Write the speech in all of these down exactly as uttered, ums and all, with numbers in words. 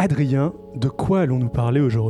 Adrien, de quoi allons-nous parler aujourd'hui ?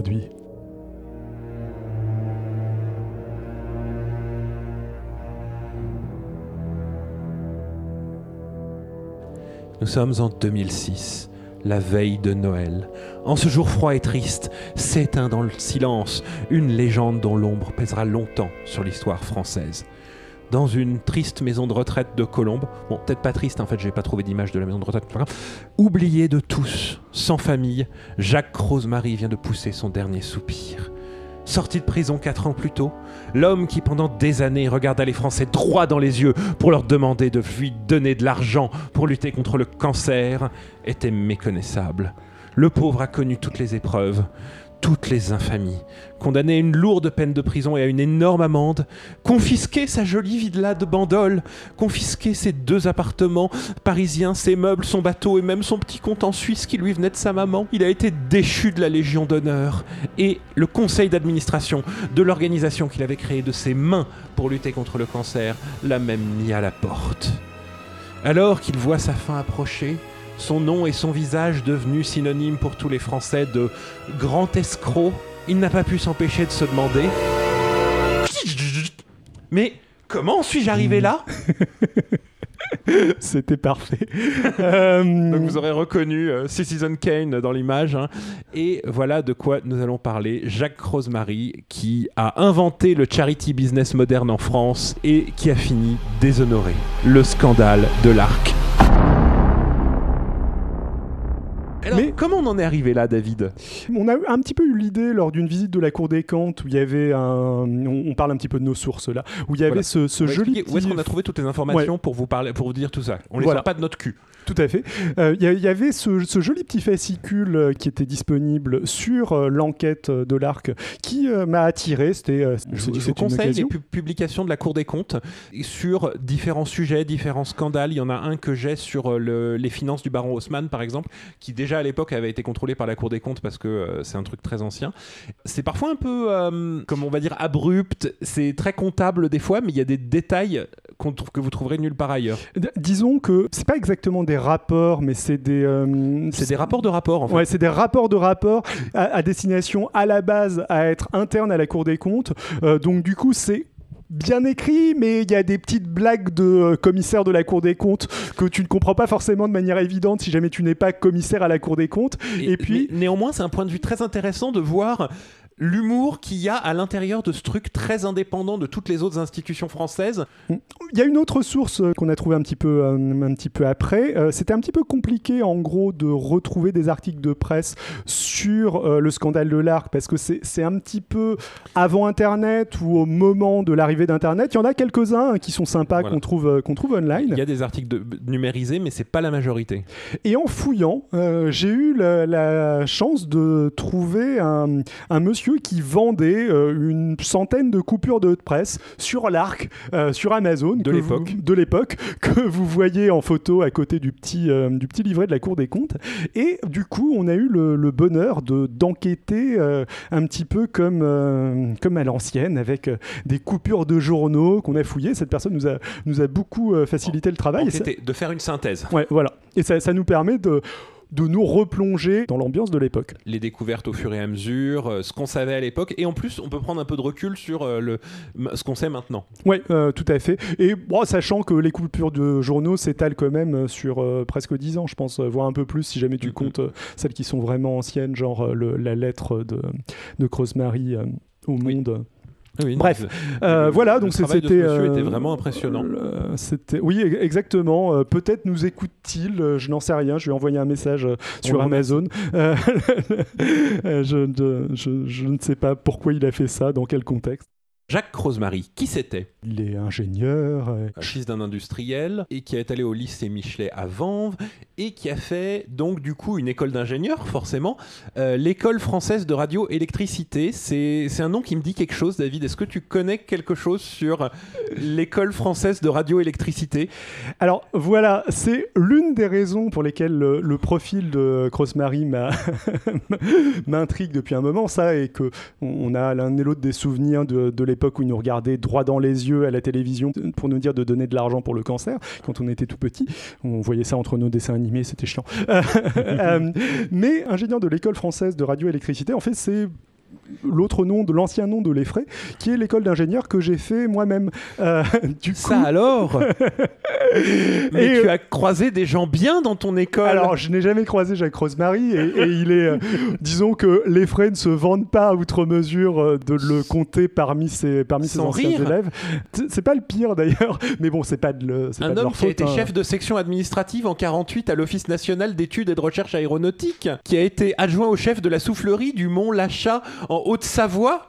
Nous sommes en deux mille six, la veille de Noël. En ce jour froid et triste, s'éteint dans le silence une légende dont l'ombre pèsera longtemps sur l'histoire française. Dans une triste maison de retraite de Colombes, bon, peut-être pas triste, en fait, j'ai pas trouvé d'image de la maison de retraite, oublié de tous, sans famille, Jacques Rosemary vient de pousser son dernier soupir. Sorti de prison quatre ans plus tôt, l'homme qui pendant des années regarda les Français droit dans les yeux pour leur demander de lui donner de l'argent pour lutter contre le cancer était méconnaissable. Le pauvre a connu toutes les épreuves, toutes les infamies, condamné à une lourde peine de prison et à une énorme amende, confisqué sa jolie villa de Bandol, confisqué ses deux appartements parisiens, ses meubles, son bateau et même son petit compte en Suisse qui lui venait de sa maman. Il a été déchu de la Légion d'honneur et le conseil d'administration de l'organisation qu'il avait créée de ses mains pour lutter contre le cancer l'a même mis à la porte. Alors qu'il voit sa fin approcher, son nom et son visage devenus synonymes pour tous les Français de grand escroc, il n'a pas pu s'empêcher de se demander « Mais comment suis-je arrivé là ?» C'était parfait. euh... Donc vous aurez reconnu euh, Citizen Kane dans l'image. Hein. Et voilà de quoi nous allons parler. Jacques Rosemary, qui a inventé le charity business moderne en France et qui a fini déshonoré. Le scandale de l'Arc. Alors, mais comment on en est arrivé là, David ? On a un petit peu eu l'idée lors d'une visite de la Cour des comptes où il y avait un... On parle un petit peu de nos sources là. Où il y avait voilà. ce, ce joli... Où est-ce qu'on a trouvé toutes les informations ouais. pour, vous parler, pour vous dire tout ça ? On ne les voilà. sort pas de notre cul. Tout à fait. Euh, il y avait ce, ce joli petit fascicule qui était disponible sur euh, l'enquête de l'Arc qui euh, m'a attiré. C'était, euh, je dit, vous conseille les pu- publications de la Cour des comptes sur différents sujets, différents scandales. Il y en a un que j'ai sur euh, le, les finances du baron Haussmann, par exemple, qui déjà à l'époque avait été contrôlé par la Cour des comptes parce que euh, c'est un truc très ancien. C'est parfois un peu, euh, comme on va dire, abrupt. C'est très comptable des fois, mais il y a des détails qu'on trouve, que vous trouverez nulle part ailleurs. D- disons que c'est pas exactement des rapports, mais c'est des... Euh, c'est des rapports de rapports, en fait. Ouais, c'est des rapports de rapports à, à destination, à la base, à être interne à la Cour des comptes. Euh, donc, du coup, c'est bien écrit, mais il y a des petites blagues de euh, commissaire de la Cour des comptes que tu ne comprends pas forcément de manière évidente si jamais tu n'es pas commissaire à la Cour des comptes. Et, et puis... Néanmoins, c'est un point de vue très intéressant de voir l'humour qu'il y a à l'intérieur de ce truc très indépendant de toutes les autres institutions françaises. Il y a une autre source qu'on a trouvée un petit peu, un, un petit peu après. Euh, c'était un petit peu compliqué, en gros, de retrouver des articles de presse sur euh, le scandale de l'Arc, parce que c'est, c'est un petit peu avant Internet ou au moment de l'arrivée d'Internet. Il y en a quelques-uns qui sont sympas, voilà. qu'on trouve, qu'on trouve online. Il y a des articles de, numérisés, mais c'est pas la majorité. Et en fouillant, euh, j'ai eu la, la chance de trouver un, un monsieur qui vendait euh, une centaine de coupures de presse sur l'Arc, euh, sur Amazon, de l'époque. Vous, de l'époque, que vous voyez en photo à côté du petit, euh, du petit livret de la Cour des comptes. Et du coup, on a eu le, le bonheur de, d'enquêter euh, un petit peu comme, euh, comme à l'ancienne, avec euh, des coupures de journaux qu'on a fouillées. Cette personne nous a, nous a beaucoup euh, facilité le travail. Enquêter, ça... de faire une synthèse. Ouais, voilà. Et ça, ça nous permet de... de nous replonger dans l'ambiance de l'époque. Les découvertes au fur et à mesure, euh, ce qu'on savait à l'époque, et en plus on peut prendre un peu de recul sur euh, le, ce qu'on sait maintenant. Oui, euh, tout à fait. Et bon, sachant que les coupures de journaux s'étalent quand même sur euh, presque dix ans, je pense, voire un peu plus si jamais tu mm-hmm. comptes euh, celles qui sont vraiment anciennes, genre euh, le, la lettre de, de Rosemary euh, au oui. Monde. Oui, Bref, euh, le, voilà, le donc travail c'était. De ce monsieur euh, était vraiment impressionnant. Euh, c'était, oui, exactement. Euh, peut-être nous écoute-t-il, euh, je n'en sais rien. Je lui ai envoyé un message euh, sur Amazon. Euh, je, je, je, je ne sais pas pourquoi il a fait ça, dans quel contexte. Jacques Rosemary, qui c'était ? Il est ingénieur. Euh... Fils d'un industriel et qui est allé au lycée Michelet à Vanves et qui a fait donc du coup une école d'ingénieur, forcément. Euh, l'école française de radioélectricité, c'est, c'est un nom qui me dit quelque chose, David. Est-ce que tu connais quelque chose sur l'école française de radioélectricité ? Alors voilà, c'est l'une des raisons pour lesquelles le, le profil de Rosemary m'a m'intrigue depuis un moment, ça, et qu'on a l'un et l'autre des souvenirs de, de l'époque où ils nous regardaient droit dans les yeux à la télévision pour nous dire de donner de l'argent pour le cancer, quand on était tout petit. On voyait ça entre nos dessins animés, c'était chiant. euh, mais ingénieur de l'école française de radioélectricité, en fait, c'est l'autre nom, de l'ancien nom de l'Effray, qui est l'école d'ingénieur que j'ai fait moi-même. Euh, du Ça coup... alors Mais et tu euh... as croisé des gens bien dans ton école. Alors, je n'ai jamais croisé Jacques Rosemary, et, et il est... Euh, disons que l'Effray ne se vante pas à outre mesure euh, de le compter parmi ses, parmi ses anciens rire. élèves. C'est, c'est pas le pire, d'ailleurs, mais bon, c'est pas de, le, c'est Un pas de homme leur qui faute, a été hein. chef de section administrative en quarante-huit à l'Office national d'études et de recherche aéronautique, qui a été adjoint au chef de la soufflerie du Mont Lachat en Haute-Savoie.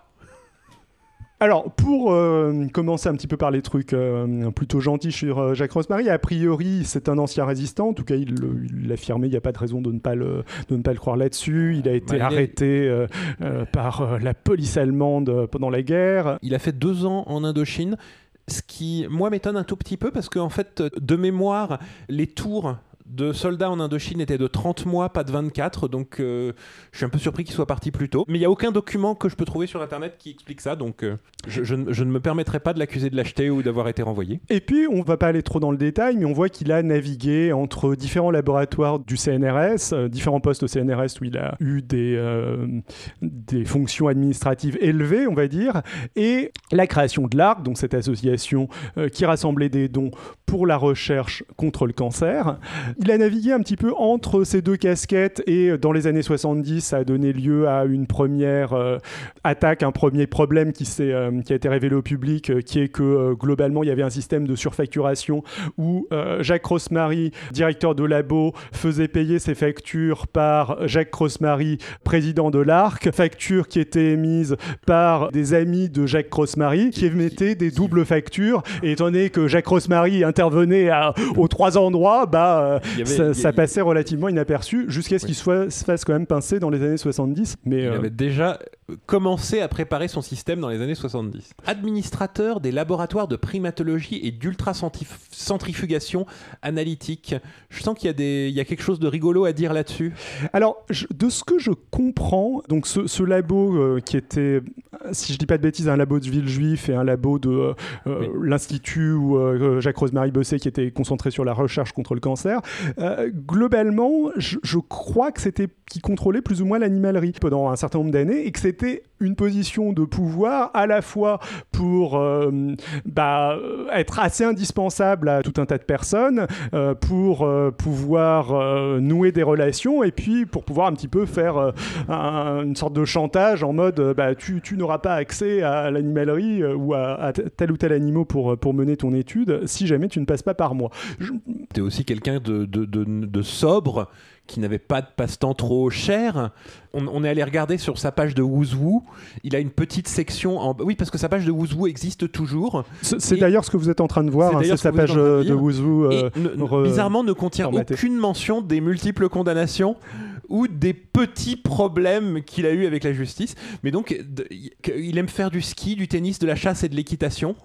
Alors, pour euh, commencer un petit peu par les trucs euh, plutôt gentils sur euh, Jacques Rosemary, a priori, c'est un ancien résistant. En tout cas, il, il l'affirmait, il n'y a pas de raison de ne pas le, de ne pas le croire là-dessus. Il a été bah, il arrêté est... euh, euh, par euh, la police allemande euh, pendant la guerre. Il a fait deux ans en Indochine, ce qui, moi, m'étonne un tout petit peu, parce qu'en fait, de mémoire, les tours de soldats en Indochine étaient de trente mois, pas de vingt-quatre, donc euh, je suis un peu surpris qu'il soit parti plus tôt. Mais il n'y a aucun document que je peux trouver sur Internet qui explique ça, donc euh, je, je, je ne me permettrai pas de l'accuser de lâcheté ou d'avoir été renvoyé. Et puis, on ne va pas aller trop dans le détail, mais on voit qu'il a navigué entre différents laboratoires du C N R S, euh, différents postes au C N R S où il a eu des, euh, des fonctions administratives élevées, on va dire, et la création de l'A R C, donc cette association euh, qui rassemblait des dons pour la recherche contre le cancer. Il a navigué un petit peu entre ces deux casquettes, et dans les années soixante-dix, ça a donné lieu à une première euh, attaque, un premier problème qui, s'est, euh, qui a été révélé au public, euh, qui est que euh, globalement, il y avait un système de surfacturation où euh, Jacques Rosemary, directeur de labo, faisait payer ses factures par Jacques Rosemary, président de l'A R C, factures qui étaient émises par des amis de Jacques Rosemary, qui émettaient des doubles factures, et étant donné que Jacques Rosemary intervenait à, aux trois endroits, bah, euh, avait, ça, ça passait relativement inaperçu jusqu'à ce oui. qu'il soit, se fasse quand même pincer dans les années soixante-dix. Mais, il euh... avait déjà commencé à préparer son système dans les années soixante-dix. Administrateur des laboratoires de primatologie et d'ultracentrifugation analytique. Je sens qu'il y a, des, il y a quelque chose de rigolo à dire là-dessus. Alors, je, de ce que je comprends, donc ce, ce labo euh, qui était, si je ne dis pas de bêtises, un labo de Villejuif et un labo de euh, oui. l'Institut où euh, Jacques Rosemary bossait, qui était concentré sur la recherche contre le cancer, Euh, globalement, je, je crois que c'était qui contrôlait plus ou moins l'animalerie pendant un certain nombre d'années, et que c'était une position de pouvoir à la fois pour euh, bah, être assez indispensable à tout un tas de personnes, euh, pour euh, pouvoir euh, nouer des relations, et puis pour pouvoir un petit peu faire euh, un, une sorte de chantage en mode euh, bah, tu, tu n'auras pas accès à l'animalerie euh, ou à, à tel ou tel animal pour, pour mener ton étude si jamais tu ne passes pas par moi. Je... T'es aussi quelqu'un de, de, de, de sobre, qui n'avait pas de passe-temps trop cher. On, on est allé regarder sur sa page de Woozwoo. Il a une petite section en... Oui, parce que sa page de Woozwoo existe toujours. C'est, c'est d'ailleurs ce que vous êtes en train de voir. C'est, hein, c'est sa page de, de Woozwoo. Euh, et ne, re... bizarrement, ne contient formaté. Aucune mention des multiples condamnations ou des petits problèmes qu'il a eu avec la justice. Mais donc, de, il aime faire du ski, du tennis, de la chasse et de l'équitation.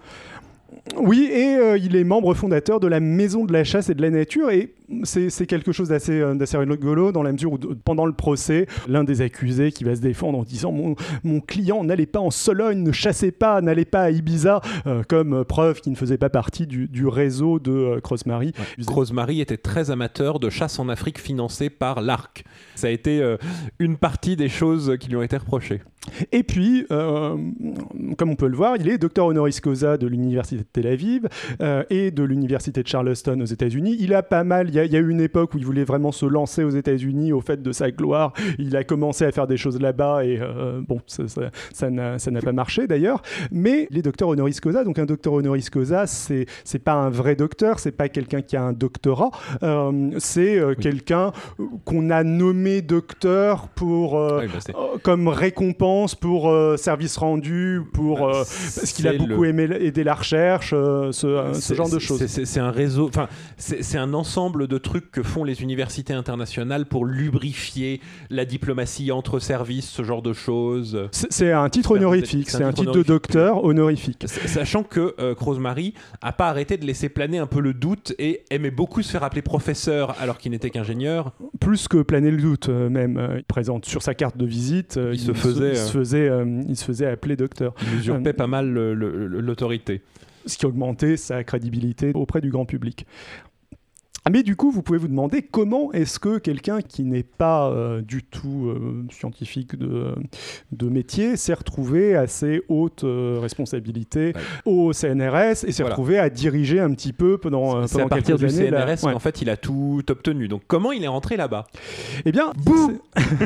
Oui, et euh, il est membre fondateur de la Maison de la Chasse et de la Nature, et c'est, c'est quelque chose d'assez, euh, d'assez rigolo dans la mesure où, pendant le procès, l'un des accusés qui va se défendre en disant mon, mon client n'allait pas en Sologne, ne chassait pas, n'allait pas à Ibiza, euh, comme preuve qu'il ne faisait pas partie du, du réseau de euh, Rosemary. Ouais. Rosemary était très amateur de chasse en Afrique financée par l'A R C. Ça a été euh, une partie des choses qui lui ont été reprochées. Et puis, euh, comme on peut le voir, il est docteur honoris causa de l'université de Tel Aviv euh, et de l'université de Charleston aux États-Unis. Il a pas mal, il y a, il y a eu une époque où il voulait vraiment se lancer aux États-Unis au fait de sa gloire. Il a commencé à faire des choses là-bas et euh, bon, ça, ça, ça, n'a, ça n'a pas marché d'ailleurs. Mais il est docteur honoris causa, donc un docteur honoris causa, c'est c'est pas un vrai docteur, c'est pas quelqu'un qui a un doctorat, euh, c'est euh, oui. quelqu'un qu'on a nommé docteur pour euh, oui, bah euh, comme récompense pour euh, service rendu, pour euh, parce qu'il a beaucoup le... aimé aider la recherche, euh, ce, ce genre de choses. C'est, c'est, c'est un réseau, enfin, c'est, c'est un ensemble de trucs que font les universités internationales pour lubrifier la diplomatie entre services, ce genre de choses. C'est, c'est un titre honorifique, c'est un, un titre, titre de docteur honorifique. Sachant que euh, Crozes-Marie n'a pas arrêté de laisser planer un peu le doute et aimait beaucoup se faire appeler professeur alors qu'il n'était qu'ingénieur. Plus que planer le doute, euh, même. Euh, il présente sur sa carte de visite, euh, il, il, se faisait, se, euh... il, se faisait, euh, il se faisait appeler docteur. Il usurpait euh, pas mal le, le, l'autorité. Ce qui augmentait sa crédibilité auprès du grand public. Mais du coup, vous pouvez vous demander comment est-ce que quelqu'un qui n'est pas euh, du tout euh, scientifique de, de métier s'est retrouvé à ces hautes euh, responsabilités ouais. au C N R S et s'est voilà. retrouvé à diriger un petit peu pendant, c'est, pendant c'est quelques années. C'est à partir du C N R S ouais. qu'en fait il a tout obtenu. Donc comment il est rentré là-bas ? Eh bien, bouh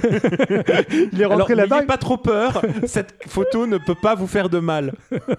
il est rentré Alors, là-bas. N'ayez pas trop peur, cette photo ne peut pas vous faire de mal.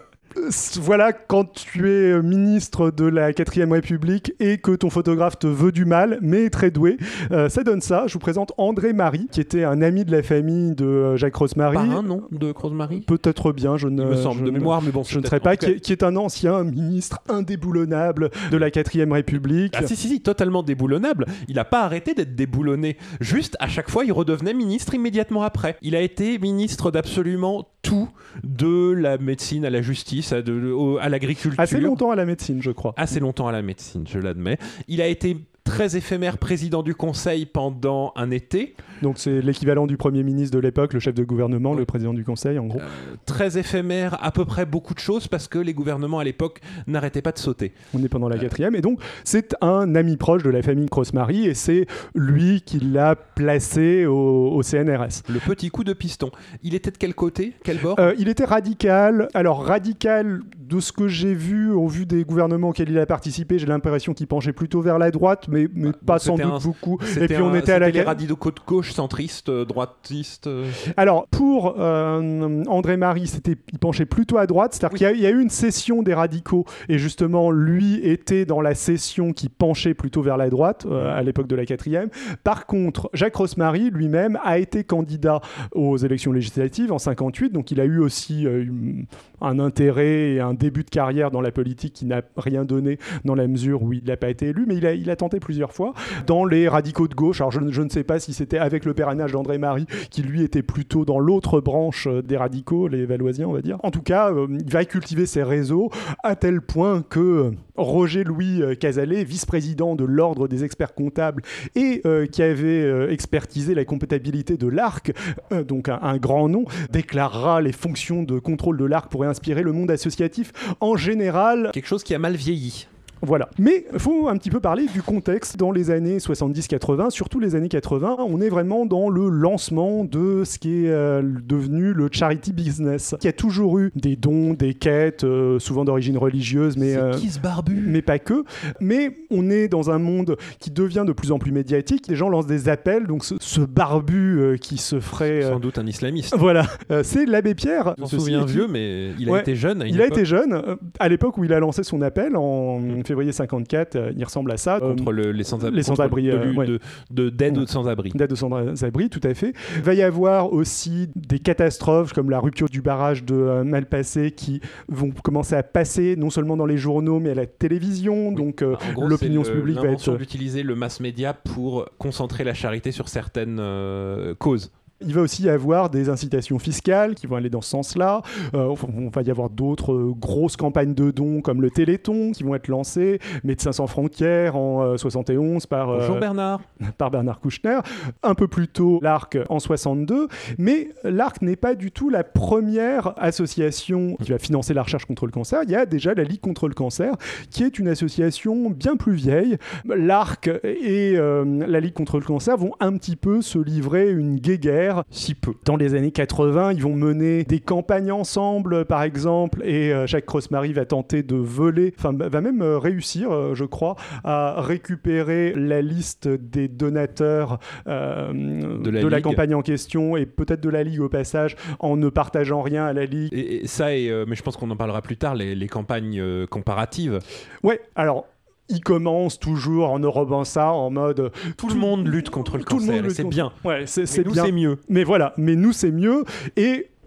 Voilà, quand tu es ministre de la quatrième République et que ton photographe te veut du mal, mais est très doué, euh, ça donne ça. Je vous présente André Marie, qui était un ami de la famille de Jacques Crozes-Marie. Pas un nom de Crozes-Marie ? Peut-être bien, je ne... Il me semble, je de ne, mémoire, mais bon... Je ne sais pas, qui est, qui est un ancien ministre indéboulonnable de la quatrième République. Ah si, si, si, totalement déboulonnable. Il n'a pas arrêté d'être déboulonné. Juste, à chaque fois, il redevenait ministre immédiatement après. Il a été ministre d'absolument tout, de la médecine à la justice, à, de, à l'agriculture. Assez longtemps à la médecine, je crois. Assez longtemps à la médecine, je l'admets. Il a été très éphémère président du Conseil pendant un été. Donc c'est l'équivalent du Premier ministre de l'époque, le chef de gouvernement, oui. le président du Conseil, en gros. Euh, très éphémère, à peu près beaucoup de choses, parce que les gouvernements à l'époque n'arrêtaient pas de sauter. On est pendant la quatrième, et donc c'est un ami proche de la famille Crozes-Marie, et c'est lui qui l'a placé au, au C N R S. Le petit coup de piston. Il était de quel côté ? Quel bord ? euh, Il était radical. Alors radical, de ce que j'ai vu, au vu des gouvernements auxquels il a participé, j'ai l'impression qu'il penchait plutôt vers la droite, mais, mais bah, pas sans doute un, beaucoup. Et puis on un, était à la les radicaux de gauche, centristes, euh, droitistes. Euh... Alors pour euh, André Marie, c'était, il penchait plutôt à droite, c'est-à-dire oui. qu'il y a, il y a eu une session des radicaux et justement lui était dans la session qui penchait plutôt vers la droite euh, à l'époque de la quatrième. Par contre, Jacques Crozes-Marie lui-même a été candidat aux élections législatives en cinquante-huit, donc il a eu aussi euh, un intérêt et un début de carrière dans la politique qui n'a rien donné dans la mesure où il n'a pas été élu, mais il a, il a tenté plusieurs fois dans les radicaux de gauche. Alors je, je ne sais pas si c'était avec le parrainage d'André Marie qui lui était plutôt dans l'autre branche des radicaux, les Valoisiens on va dire. En tout cas, euh, il va cultiver ses réseaux à tel point que Roger Louis Cazalet, vice-président de l'ordre des experts comptables et euh, qui avait euh, expertisé la comptabilité de l'A R C, euh, donc un, un grand nom, déclarera les fonctions de contrôle de l'A R C pour inspirer le monde associatif en général. Quelque chose qui a mal vieilli. Voilà. Mais il faut un petit peu parler du contexte dans les années soixante-dix quatre-vingts, surtout les années quatre-vingts. On est vraiment dans le lancement de ce qui est euh, devenu le charity business, qui a toujours eu des dons, des quêtes, euh, souvent d'origine religieuse, mais, euh, qui se barbu mais pas que. Mais on est dans un monde qui devient de plus en plus médiatique. Les gens lancent des appels, donc ce, ce barbu euh, qui se ferait... Euh... Sans doute un islamiste. Voilà. Euh, c'est l'abbé Pierre. Je me souviens vieux, mais il a ouais, été jeune à une Il a époque. été jeune. Euh, à l'époque où il a lancé son appel, en mmh. février cinquante-quatre, euh, il ressemble à ça. Contre le, les sans-abri. Les sans-abri. De, euh, ouais. de, de, d'aide aux sans-abri. D'aide aux sans-abri, tout à fait. Il va y avoir aussi des catastrophes comme la rupture du barrage de euh, Malpasset qui vont commencer à passer non seulement dans les journaux mais à la télévision. Oui. Donc euh, gros, l'opinion le, publique va être... d'utiliser le mass média pour concentrer la charité sur certaines euh, causes. Il va aussi y avoir des incitations fiscales qui vont aller dans ce sens-là. Euh, on va y avoir d'autres euh, grosses campagnes de dons comme le Téléthon qui vont être lancées. Médecins sans frontières en euh, soixante et onze par, euh, Bonjour Bernard. par Bernard Kouchner. Un peu plus tôt, l'A R C en soixante-deux. Mais l'A R C n'est pas du tout la première association qui va financer la recherche contre le cancer. Il y a déjà la Ligue contre le cancer qui est une association bien plus vieille. L'A R C et euh, la Ligue contre le cancer vont un petit peu se livrer une guéguerre si peu. Dans les années quatre-vingts, ils vont mener des campagnes ensemble, par exemple, et euh, Jacques Crozes-Marie va tenter de voler, enfin va même euh, réussir, euh, je crois, à récupérer la liste des donateurs euh, de, la, de la campagne en question et peut-être de la Ligue au passage, en ne partageant rien à la Ligue. Et, et ça, et, euh, mais je pense qu'on en parlera plus tard, les, les campagnes euh, comparatives. Ouais, alors... Il commence toujours en enrobant ça en mode... Tout, tout le monde lutte contre le cancer, et c'est contre... bien. Ouais, c'est, mais c'est nous, bien. c'est mieux. Mais voilà, mais nous, c'est mieux. Et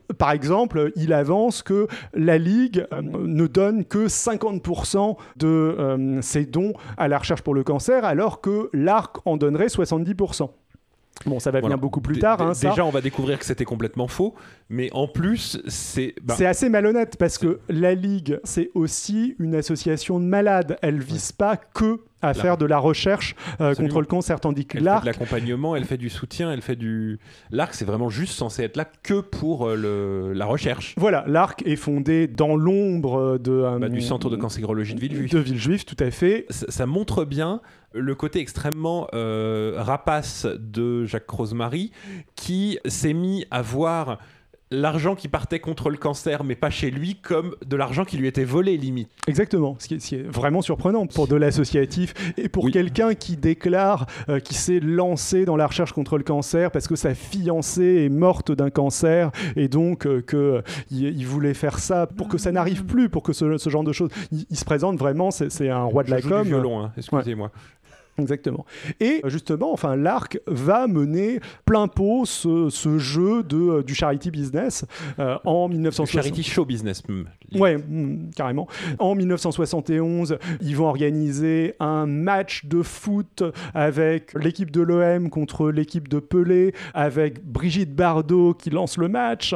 par exemple, il avance que la Ligue euh, ne donne que cinquante pour cent de euh, ses dons à la recherche pour le cancer, alors que l'Arc en donnerait soixante-dix pour cent. Bon, ça va venir voilà. beaucoup plus D- tard. d- Hein, ça. Déjà, on va découvrir que c'était complètement faux, mais en plus, c'est... Bah, c'est assez malhonnête parce que la Ligue, c'est aussi une association de malades. Elle vise ouais. pas que à la... faire de la recherche euh, contre le cancer, tandis que elle l'Arc... fait de l'accompagnement, elle fait du soutien, elle fait du... L'Arc, c'est vraiment juste censé être là que pour euh, le... la recherche. Voilà, l'Arc est fondé dans l'ombre de... Euh, bah, du centre de cancérologie de Villejuif. De Villejuif, tout à fait. Ça, ça montre bien le côté extrêmement euh, rapace de Jacques Rosemary, qui s'est mis à voir l'argent qui partait contre le cancer, mais pas chez lui, comme de l'argent qui lui était volé, limite. Exactement, ce qui est, ce qui est vraiment surprenant pour de l'associatif et pour oui. quelqu'un qui déclare euh, qu'il s'est lancé dans la recherche contre le cancer parce que sa fiancée est morte d'un cancer et donc euh, qu'il euh, il voulait faire ça pour que ça n'arrive plus, pour que ce, ce genre de choses... Il, il se présente vraiment, c'est, c'est un roi de Je la joue com. Du violon, hein, excusez-moi. Ouais. Exactement. Et justement, enfin, l'Arc va mener plein pot ce, ce jeu de, du charity business euh, en dix-neuf cent soixante. Charity show business. Ouais, mm, carrément. En dix-neuf cent soixante et onze, ils vont organiser un match de foot avec l'équipe de l'O M contre l'équipe de Pelé, avec Brigitte Bardot qui lance le match.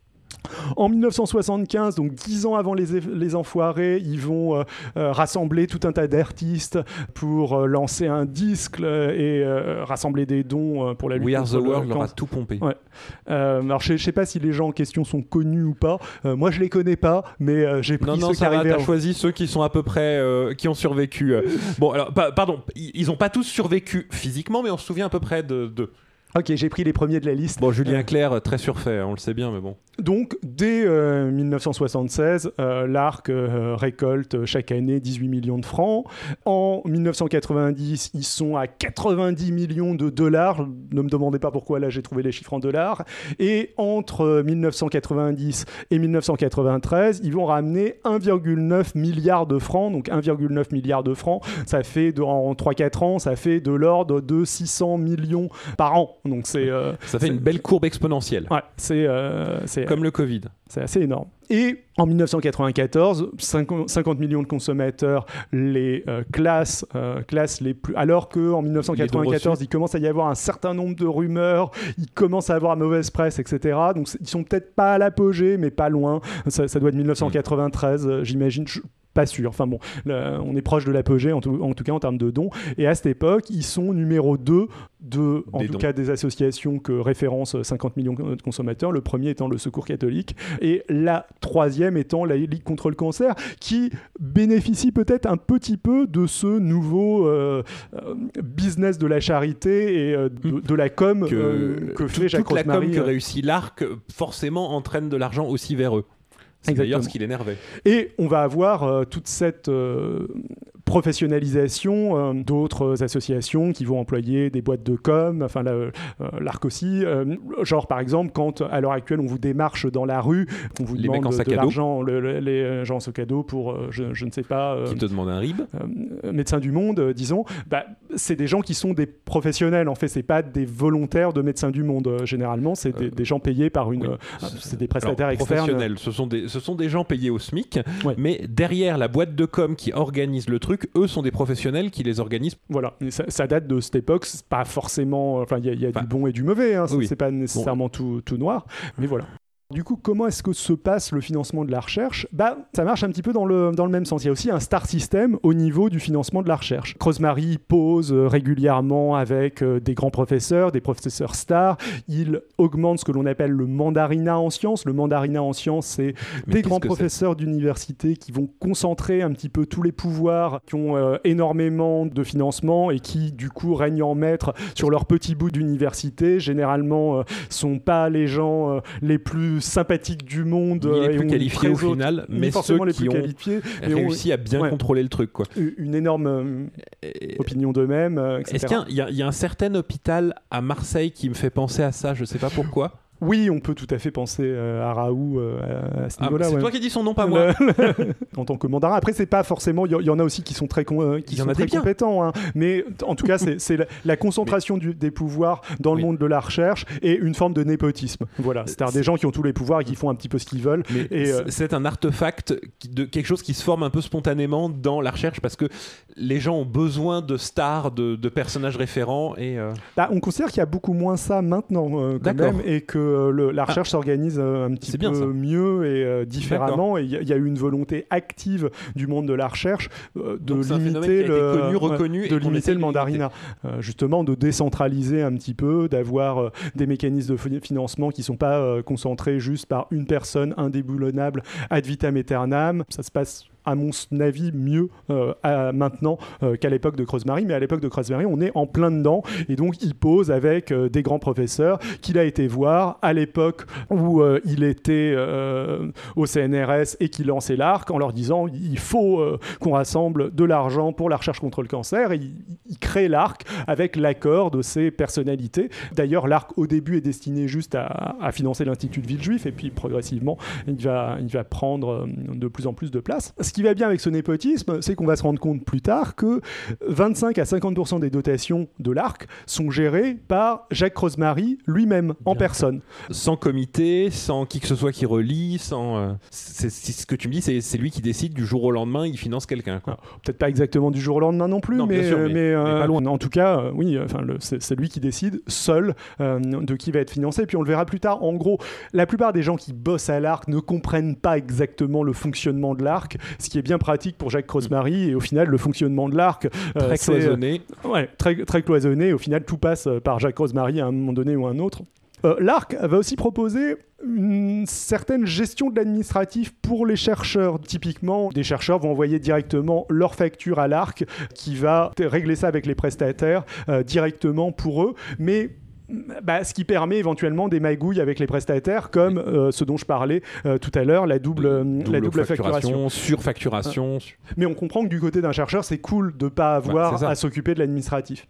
En dix-neuf cent soixante-quinze, donc dix ans avant les, les Enfoirés, ils vont euh, euh, rassembler tout un tas d'artistes pour euh, lancer un disque euh, et euh, rassembler des dons euh, pour la lutte We contre Are the le World leur a cancer. tout pompé. Ouais. Euh, alors je ne sais pas si les gens en question sont connus ou pas. Euh, moi je les connais pas, mais euh, j'ai pris non, non, ceux ça qui va, arrivaient. T'as en... choisi ceux qui sont à peu près euh, qui ont survécu. Euh. Bon alors pa- pardon, ils n'ont pas tous survécu physiquement, mais on se souvient à peu près de. de... Ok, j'ai pris les premiers de la liste. Bon, Julien euh... Clerc, très surfait, on le sait bien, mais bon. Donc, dès euh, dix-neuf cent soixante-seize, euh, l'Arc euh, récolte chaque année dix-huit millions de francs. En dix-neuf cent quatre-vingt-dix, ils sont à quatre-vingt-dix millions de dollars. Ne me demandez pas pourquoi, là, j'ai trouvé les chiffres en dollars. Et entre dix-neuf cent quatre-vingt-dix et dix-neuf cent quatre-vingt-treize, ils vont ramener un virgule neuf milliard de francs. Donc, un virgule neuf milliard de francs, ça fait, de, en trois à quatre ans, ça fait de l'ordre de six cents millions par an. Donc, c'est... Euh, ça fait c'est... une belle courbe exponentielle. Ouais, c'est... Euh, c'est Comme le Covid. C'est assez énorme. Et en dix-neuf cent quatre-vingt-quatorze, cinquante millions de consommateurs les euh, classent, euh, classent les plus... Alors qu'en dix-neuf cent quatre-vingt-quatorze, il commence à y avoir un certain nombre de rumeurs, il commence à avoir mauvaise presse, et cetera. Donc ils sont peut-être pas à l'apogée, mais pas loin. Ça, ça doit être dix-neuf cent quatre-vingt-treize, euh, j'imagine... Je... Pas sûr. Enfin bon, là, on est proche de l'apogée, en tout, en tout cas en termes de dons. Et à cette époque, ils sont numéro deux de, en des tout dons. cas, des associations que référencent cinquante millions de consommateurs. Le premier étant le Secours catholique. Et la troisième étant la Ligue contre le cancer, qui bénéficie peut-être un petit peu de ce nouveau euh, euh, business de la charité et euh, de, de la com que, euh, que fait Jacques Rosemary. Toute la com que réussit l'Arc, forcément, entraîne de l'argent aussi vers eux. C'est Exactement. D'ailleurs ce qui l'énervait. Et on va avoir euh, toute cette euh, professionnalisation euh, d'autres associations qui vont employer des boîtes de com, enfin la, euh, l'Arc aussi. Euh, genre par exemple, quand à l'heure actuelle on vous démarche dans la rue, on vous les demande mecs en sac de à l'argent, le, le, les gens en sac à dos pour, euh, je, je ne sais pas... Euh, qui te demandent un R I B euh, Médecins du Monde, euh, disons. Bah, c'est des gens qui sont des professionnels, en fait. C'est pas des volontaires de Médecins du Monde, euh, généralement. C'est des, euh, des gens payés par une... Oui. Euh, c'est des prestataires Alors, externes. Professionnels, ce sont des... Ce sont des gens payés au SMIC, ouais. mais derrière la boîte de com qui organise le truc, eux sont des professionnels qui les organisent. Voilà, et ça, ça date de cette époque, c'est pas forcément... Enfin, il y a, y a enfin, du bon et du mauvais, hein, oui. c'est pas nécessairement bon. tout, tout noir, mais voilà. Du coup, comment est-ce que se passe le financement de la recherche ? Bah, ça marche un petit peu dans le, dans le même sens. Il y a aussi un star system au niveau du financement de la recherche. Rosemary pose euh, régulièrement avec euh, des grands professeurs, des professeurs stars. Il augmente ce que l'on appelle le mandarinat en sciences. Le mandarinat en sciences, c'est Mais des grands professeurs c'est d'université qui vont concentrer un petit peu tous les pouvoirs, qui ont euh, énormément de financement et qui, du coup, règnent en maître sur leur petit bout d'université. Généralement, euh, sont pas les gens euh, les plus sympathiques du monde, ni les et plus qualifiés au final, mais ceux les qui plus ont qualifiés, réussi on... à bien ouais. contrôler le truc, quoi. Une énorme euh, et... opinion d'eux-mêmes, euh, et cetera. Est-ce qu'il y a, il y a un certain hôpital à Marseille qui me fait penser à ça, je sais pas pourquoi. Oui, on peut tout à fait penser euh, à Raoult euh, à, à ce ah, niveau-là. C'est ouais. toi qui dis son nom, pas moi. En tant que mandarin. Après, c'est pas forcément. Il y, y en a aussi qui sont très, con, euh, qui sont très compétents. Hein. Mais en tout cas, c'est, c'est la, la concentration mais... du, des pouvoirs dans oui. le monde de la recherche et une forme de népotisme. Voilà. C'est-à-dire c'est... des gens qui ont tous les pouvoirs et qui font un petit peu ce qu'ils veulent. Mais et, euh... c'est un artefact de quelque chose qui se forme un peu spontanément dans la recherche parce que les gens ont besoin de stars, de, de personnages référents. Et euh... bah, on considère qu'il y a beaucoup moins ça maintenant euh, quand D'accord. même et que euh, le, la recherche ah. s'organise euh, un petit c'est peu mieux et euh, différemment. Et il y, y a eu une volonté active du monde de la recherche euh, de Donc, limiter le, connu, reconnu, de limiter le mandarinat, euh, justement de décentraliser un petit peu, d'avoir euh, des mécanismes de financement qui ne sont pas euh, concentrés juste par une personne indéboulonnable ad vitam aeternam. Ça se passe à mon avis, mieux euh, à maintenant euh, qu'à l'époque de Krösmary. Mais à l'époque de Krösmary, on est en plein dedans. Et donc, il pose avec euh, des grands professeurs qu'il a été voir à l'époque où euh, il était euh, au C N R S et qu'il lançait l'Arc en leur disant il faut euh, qu'on rassemble de l'argent pour la recherche contre le cancer. Et il, il crée l'Arc avec l'accord de ces personnalités. D'ailleurs, l'Arc, au début, est destiné juste à, à financer l'Institut de Villejuif. Et puis, progressivement, il va, il va prendre de plus en plus de place. Ce qui va bien avec ce népotisme, c'est qu'on va se rendre compte plus tard que vingt-cinq à cinquante pour cent des dotations de l'Arc sont gérées par Jacques Krösmary lui-même, bien en personne. Sans comité, sans qui que ce soit qui relie, sans... Euh, c'est, c'est, ce que tu me dis, c'est, c'est lui qui décide du jour au lendemain, il finance quelqu'un. Quoi. Alors, peut-être pas exactement du jour au lendemain non plus, non, mais, sûr, mais, mais, euh, mais pas loin. En tout cas, euh, oui, enfin, le, c'est, c'est lui qui décide seul euh, de qui va être financé. Puis on le verra plus tard. En gros, la plupart des gens qui bossent à l'Arc ne comprennent pas exactement le fonctionnement de l'Arc, ce qui est bien pratique pour Jacques Krösmary, et au final le fonctionnement de l'Arc euh, très c'est, cloisonné ouais, très, très cloisonné, au final tout passe par Jacques Krösmary à un moment donné ou à un autre. Euh, L'Arc va aussi proposer une certaine gestion de l'administratif pour les chercheurs. Typiquement, des chercheurs vont envoyer directement leur facture à l'Arc qui va régler ça avec les prestataires euh, directement pour eux, mais Bah, ce qui permet éventuellement des magouilles avec les prestataires comme euh, ce dont je parlais euh, tout à l'heure, la double, double, la double facturation, facturation. surfacturation. Mais on comprend que du côté d'un chercheur, c'est cool de ne pas avoir ouais, à s'occuper de l'administratif.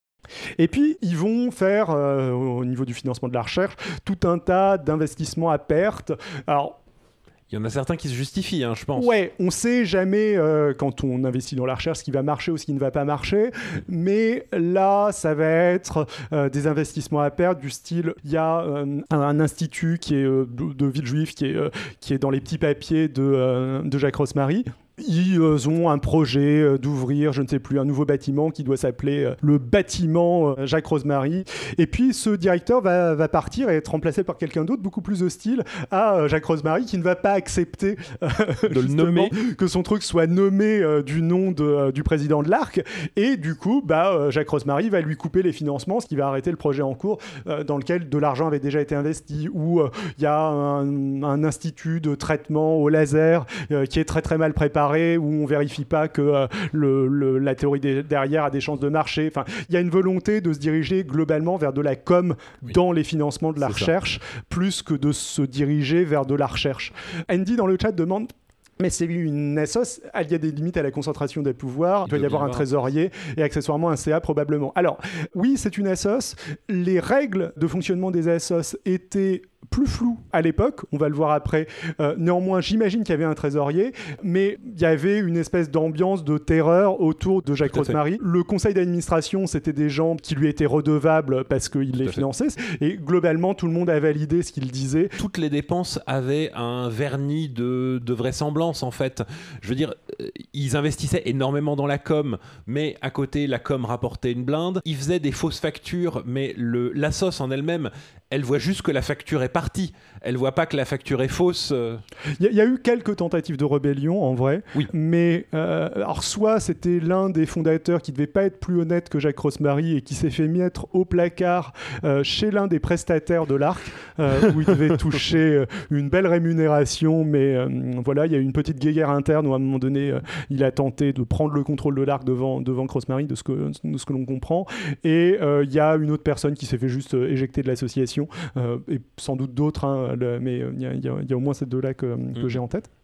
Et puis, ils vont faire, euh, au niveau du financement de la recherche, tout un tas d'investissements à perte. Alors, il y en a certains qui se justifient, hein, je pense. Ouais, on sait jamais euh, quand on investit dans la recherche ce qui va marcher ou ce qui ne va pas marcher, mais là, ça va être euh, des investissements à perte du style, il y a euh, un, un institut qui est euh, de, de Villejuif qui est, euh, qui est dans les petits papiers de, euh, de Jacques Krösmary. Ils ont un projet d'ouvrir, je ne sais plus, un nouveau bâtiment qui doit s'appeler le bâtiment Jacques Krösmary. Et puis ce directeur va, va partir et être remplacé par quelqu'un d'autre beaucoup plus hostile à Jacques Krösmary qui ne va pas accepter euh, de le nommer, que son truc soit nommé euh, du nom de, euh, du président de l'Arc. Et du coup, bah, euh, Jacques Krösmary va lui couper les financements, ce qui va arrêter le projet en cours euh, dans lequel de l'argent avait déjà été investi, où il euh, y a un, un institut de traitement au laser euh, qui est très très mal préparé, où on vérifie pas que euh, le, le, la théorie des, derrière a des chances de marcher. Enfin, il y a une volonté de se diriger globalement vers de la com oui. dans les financements de la c'est recherche, ça. Plus que de se diriger vers de la recherche. Andy dans le chat demande mais c'est une S O S, il y a des limites à la concentration des pouvoirs, il, il doit y avoir un trésorier et accessoirement un C A probablement. Alors, oui, c'est une S O S. Les règles de fonctionnement des S O S étaient plus flou à l'époque, on va le voir après. Euh, néanmoins, j'imagine qu'il y avait un trésorier, mais il y avait une espèce d'ambiance de terreur autour de Jacques Krösmary. Le conseil d'administration, c'était des gens qui lui étaient redevables parce qu'il les finançait. Et globalement, tout le monde a validé ce qu'il disait. Toutes les dépenses avaient un vernis de, de vraisemblance, en fait. Je veux dire, ils investissaient énormément dans la com, mais à côté, la com rapportait une blinde. Ils faisaient des fausses factures, mais le, la sauce en elle-même, elle voit juste que la facture est partie. Elle voit pas que la facture est fausse. Il y, y a eu quelques tentatives de rébellion, en vrai. Oui. Mais euh, alors soit c'était l'un des fondateurs qui devait pas être plus honnête que Jacques Krösmary et qui s'est fait mettre au placard euh, chez l'un des prestataires de l'Arc, euh, où il devait toucher euh, une belle rémunération. Mais euh, voilà, il y a eu une petite guéguerre interne où à un moment donné, euh, il a tenté de prendre le contrôle de l'Arc devant, devant Krösmary, de ce que, de ce que l'on comprend. Et il euh, y a une autre personne qui s'est fait juste euh, éjecter de l'association. Euh, et sans doute d'autres, hein, le, mais il y, y, y a au moins ces deux-là que, mmh. que j'ai en tête.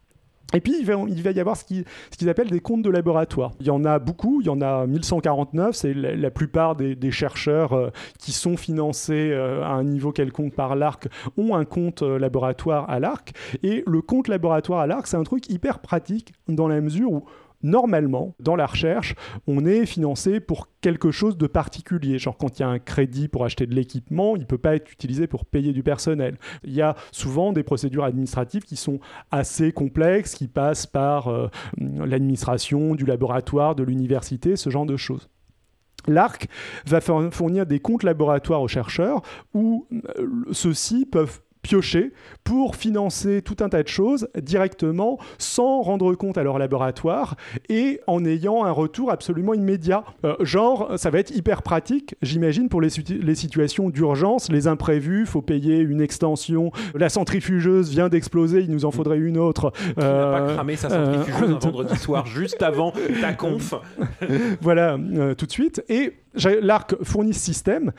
Et puis, il va, il va y avoir ce, qui, ce qu'ils appellent des comptes de laboratoire. Il y en a beaucoup, il y en a mille cent quarante-neuf, c'est la, la plupart des, des chercheurs euh, qui sont financés euh, à un niveau quelconque par l'A R C ont un compte euh, laboratoire à l'A R C. Et le compte laboratoire à l'A R C, c'est un truc hyper pratique dans la mesure où normalement, dans la recherche, on est financé pour quelque chose de particulier. Genre quand il y a un crédit pour acheter de l'équipement, il ne peut pas être utilisé pour payer du personnel. Il y a souvent des procédures administratives qui sont assez complexes, qui passent par euh, l'administration, du laboratoire, de l'université, ce genre de choses. L'A R C va fournir des comptes laboratoires aux chercheurs où euh, ceux-ci peuvent piocher pour financer tout un tas de choses directement sans rendre compte à leur laboratoire et en ayant un retour absolument immédiat. Euh, genre, ça va être hyper pratique, j'imagine, pour les, les situations d'urgence, les imprévus, il faut payer une extension, la centrifugeuse vient d'exploser, il nous en faudrait une autre. Qui euh, n'a pas cramé sa centrifugeuse euh, un vendredi soir juste avant ta conf. Voilà, euh, tout de suite. Et l'A R C fournit ce système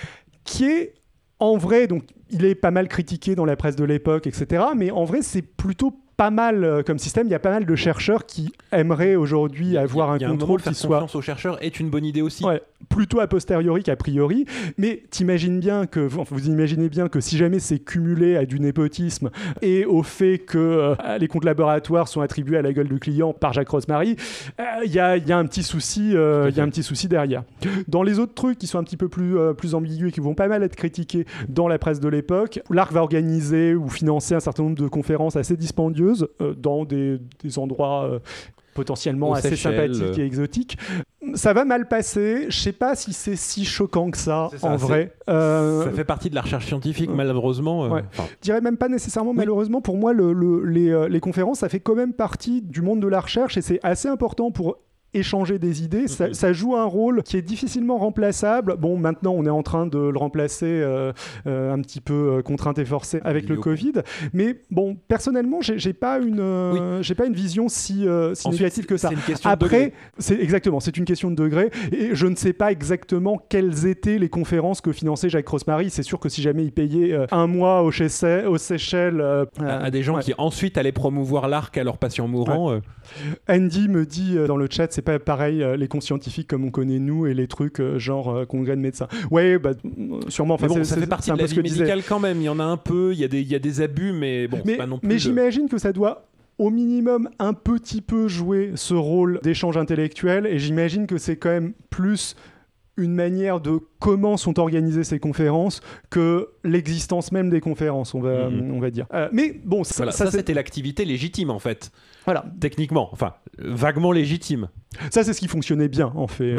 qui est en vrai, donc, il est pas mal critiqué dans la presse de l'époque, et cetera. Mais en vrai, c'est plutôt pas mal euh, comme système. Il y a pas mal de chercheurs qui aimeraient aujourd'hui avoir un contrôle qui soit... Faire confiance aux chercheurs est une bonne idée aussi. Ouais, plutôt a posteriori qu'a priori. Mais t'imagines bien que, enfin, vous imaginez bien que si jamais c'est cumulé à du népotisme et au fait que euh, les comptes laboratoires sont attribués à la gueule du client par Jacques Rosmarie, il euh, y, y a un petit souci, il euh, y a un petit souci derrière. Dans les autres trucs qui sont un petit peu plus, euh, plus ambigus et qui vont pas mal être critiqués dans la presse de l'époque, l'A R C va organiser ou financer un certain nombre de conférences assez dispendieuses euh, dans des, des endroits euh, potentiellement Aux assez Seychelles. sympathiques et exotiques. Ça va mal passer. Je sais pas si c'est si choquant que ça, ça en vrai. Euh... Ça fait partie de la recherche scientifique, malheureusement. Euh... Ouais. Enfin... Je dirais même pas nécessairement oui. malheureusement. Pour moi, le, le, les, euh, les conférences, ça fait quand même partie du monde de la recherche et c'est assez important pour échanger des idées, ça, ça joue un rôle qui est difficilement remplaçable. Bon, maintenant, on est en train de le remplacer euh, euh, un petit peu euh, contrainte et forcée avec le Covid. Mais bon, personnellement, j'ai, j'ai pas une, euh, oui. j'ai pas une vision si, euh, si négative que ça. C'est une question Après, de c'est exactement, c'est une question de degré. Et je ne sais pas exactement quelles étaient les conférences que finançait Jacques Rosmarie. C'est sûr que si jamais il payait euh, un mois au Chessé, aux Seychelles, euh, à, à des gens ouais. qui ensuite allaient promouvoir l'A R C à leurs patients mourants. Ouais. Euh... Andy me dit euh, dans le chat, c'est pas pareil euh, les comptes scientifiques comme on connaît nous et les trucs euh, genre euh, congrès de médecins. Ouais, bah, sûrement. Bon, c'est, ça c'est, fait partie c'est de la vie médicale quand même. Il y en a un peu, il y a des, il y a des abus, mais bon, mais, c'est pas non plus. Mais de... j'imagine que ça doit au minimum un petit peu jouer ce rôle d'échange intellectuel et j'imagine que c'est quand même plus une manière de comment sont organisées ces conférences que l'existence même des conférences, on va, mmh. on va dire. Euh, mais bon, ça, voilà, ça, ça c'est... c'était l'activité légitime en fait. Voilà. Techniquement, enfin, vaguement légitime. Ça, c'est ce qui fonctionnait bien, en fait.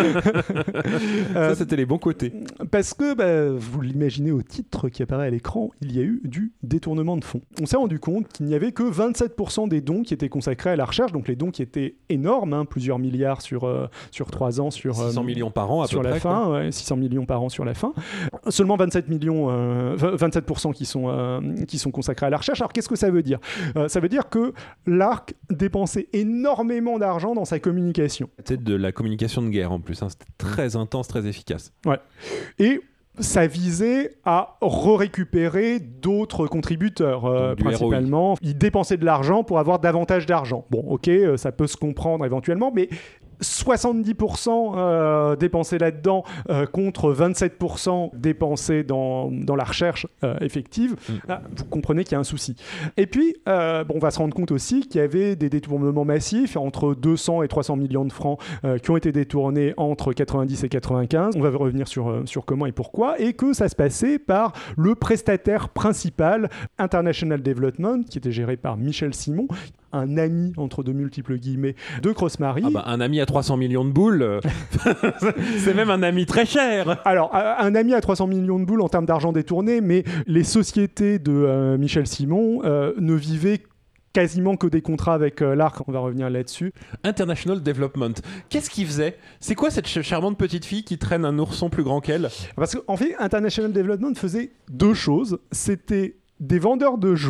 Ça, c'était les bons côtés. Parce que, bah, vous l'imaginez au titre qui apparaît à l'écran, il y a eu du détournement de fonds. On s'est rendu compte qu'il n'y avait que vingt-sept pour cent des dons qui étaient consacrés à la recherche, donc les dons qui étaient énormes, hein, plusieurs milliards sur, euh, sur trois ans, sur, six cents millions par an à sur peu la près, fin, ouais, six cents millions par an sur la fin. Seulement vingt-sept millions, euh, vingt-sept pour cent qui sont, euh, qui sont consacrés à la recherche. Alors, qu'est-ce que ça veut dire ? euh, Ça veut dire que l'A R C dépensait énormément d'argent dans sa communication. C'était de la communication de guerre en plus, hein. C'était très intense, très efficace. Ouais. Et ça visait à re-récupérer d'autres contributeurs, euh, principalement. R O I. Ils dépensaient de l'argent pour avoir davantage d'argent. Bon, ok, euh, ça peut se comprendre éventuellement, mais soixante-dix pour cent euh, dépensés là-dedans euh, contre vingt-sept pour cent dépensés dans, dans la recherche euh, effective, mmh. là, vous comprenez qu'il y a un souci. Et puis, euh, bon, on va se rendre compte aussi qu'il y avait des détournements massifs, entre deux cents et trois cents millions de francs euh, qui ont été détournés entre quatre-vingt-dix et quatre-vingt-quinze. On va revenir sur, euh, sur comment et pourquoi, et que ça se passait par le prestataire principal, International Development, qui était géré par Michel Simon, un ami, entre de multiples guillemets, de Rosmarie. Ah bah, un ami à trois cents millions de boules, c'est même un ami très cher. Alors, un ami à trois cents millions de boules en termes d'argent détourné, mais les sociétés de euh, Michel Simon euh, ne vivaient quasiment que des contrats avec euh, l'A R C, on va revenir là-dessus. International Development, qu'est-ce qu'il faisait ? C'est quoi cette ch- charmante petite fille qui traîne un ourson plus grand qu'elle ? Parce qu'en fait, International Development faisait deux choses. C'était des vendeurs de jouets